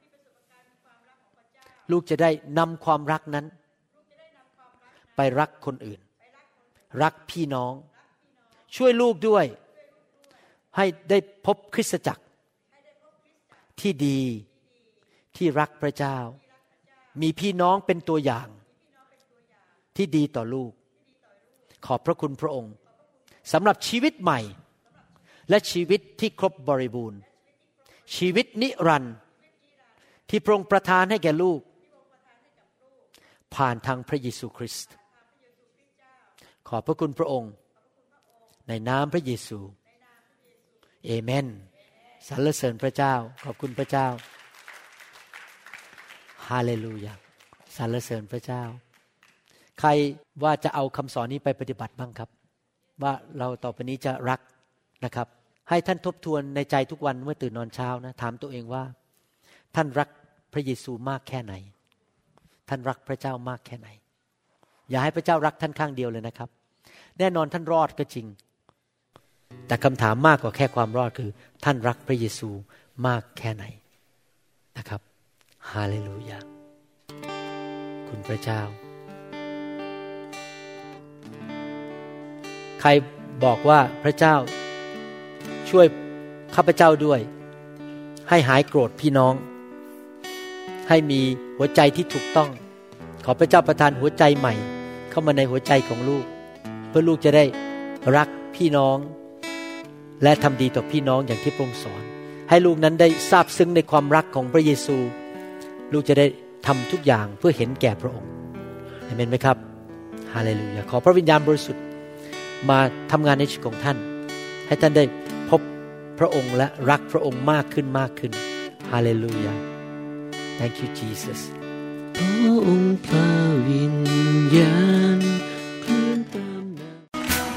ลูกจะได้นำความรักนั้นไปรักคนอื่นรักพี่น้องช่วยลูกด้วยให้ได้พบคริสตจักรที่ดีที่รักพระเจ้ามีพี่น้องเป็นตัวอย่างที่ดีต่อลูกขอบพระคุณพระองค์สำหรับชีวิตใหม่และชีวิตที่ครบบริบูรณ์ชีวิตนิรันดร์ที่พระองค์ประทานให้แก่ลูกผ่านทางพระเยซูคริสต์ขอบพระคุณพระองค์ในนามพระเยซูเอเมนสรรเสริญพระเจ้าขอบคุณพระเจ้าฮาเลลูยาสรรเสริญพระเจ้าใครว่าจะเอาคำสอนนี้ไปปฏิบัติบ้างครับว่าเราต่อไปนี้จะรักนะครับให้ท่านทบทวนในใจทุกวันเมื่อตื่นนอนเช้านะถามตัวเองว่าท่านรักพระเยซูมากแค่ไหนท่านรักพระเจ้ามากแค่ไหนอย่าให้พระเจ้ารักท่านข้างเดียวเลยนะครับแน่นอนท่านรอดก็จริงแต่คำถามมากกว่าแค่ความรอดคือท่านรักพระเยซูมากแค่ไหนนะครับฮาเลลูยาคุณพระเจ้าใครบอกว่าพระเจ้าช่วยข้าพเจ้าด้วยให้หายโกรธพี่น้องให้มีหัวใจที่ถูกต้องขอพระเจ้าประทานหัวใจใหม่เข้ามาในหัวใจของลูกเพื่อลูกจะได้รักพี่น้องและทำดีต่อพี่น้องอย่างที่พระองค์สอนให้ลูกนั้นได้ซาบซึ้งในความรักของพระเยซูลูกจะได้ทำทุกอย่างเพื่อเห็นแก่พระองค์อาเมนไหมครับฮาเลลูยาขอพระวิญญาณบริสุทธิ์มาทำงานในชีวิตของท่านให้ท่านได้พบพระองค์และรักพระองค์มากขึ้นมากขึ้นฮาเลลูยา Thank you Jesus พระองค์พระวิญญาณเคลื่อนตามน้ำ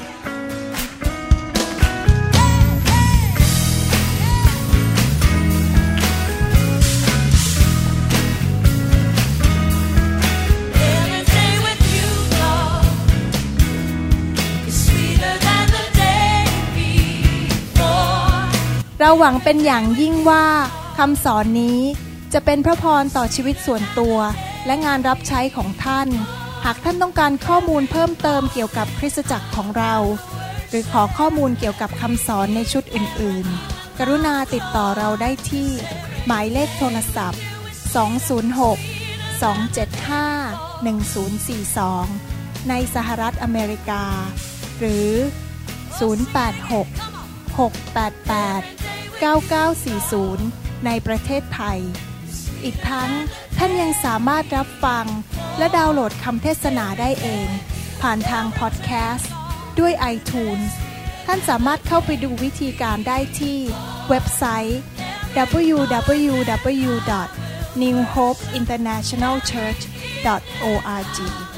เราหวังเป็นอย่างยิ่งว่าคำสอนนี้จะเป็นพระพรต่อชีวิตส่วนตัวและงานรับใช้ของท่านหากท่านต้องการข้อมูลเพิ่มเติมเกี่ยวกับคริสตจักรของเราหรือขอข้อมูลเกี่ยวกับคำสอนในชุดอื่นๆกรุณาติดต่อเราได้ที่หมายเลขโทรศัพท์สอง ศูนย์ หก สอง เจ็ด ห้า หนึ่ง ศูนย์ สี่ สองในสหรัฐอเมริกาหรือศูนย์ แปด หก หก แปด แปด เก้า เก้า สี่ ศูนย์ในประเทศไทยอีกทั้งท่านยังสามารถรับฟังและดาวน์โหลดคำเทศนาได้เองผ่านทางพอดแคสต์ด้วย iTunes ท่านสามารถเข้าไปดูวิธีการได้ที่เว็บไซต์ ดับเบิลยู ดับเบิลยู ดับเบิลยู ดอท นิว โฮป อินเตอร์เนชั่นแนล เชิร์ช ดอท โอ อาร์ จี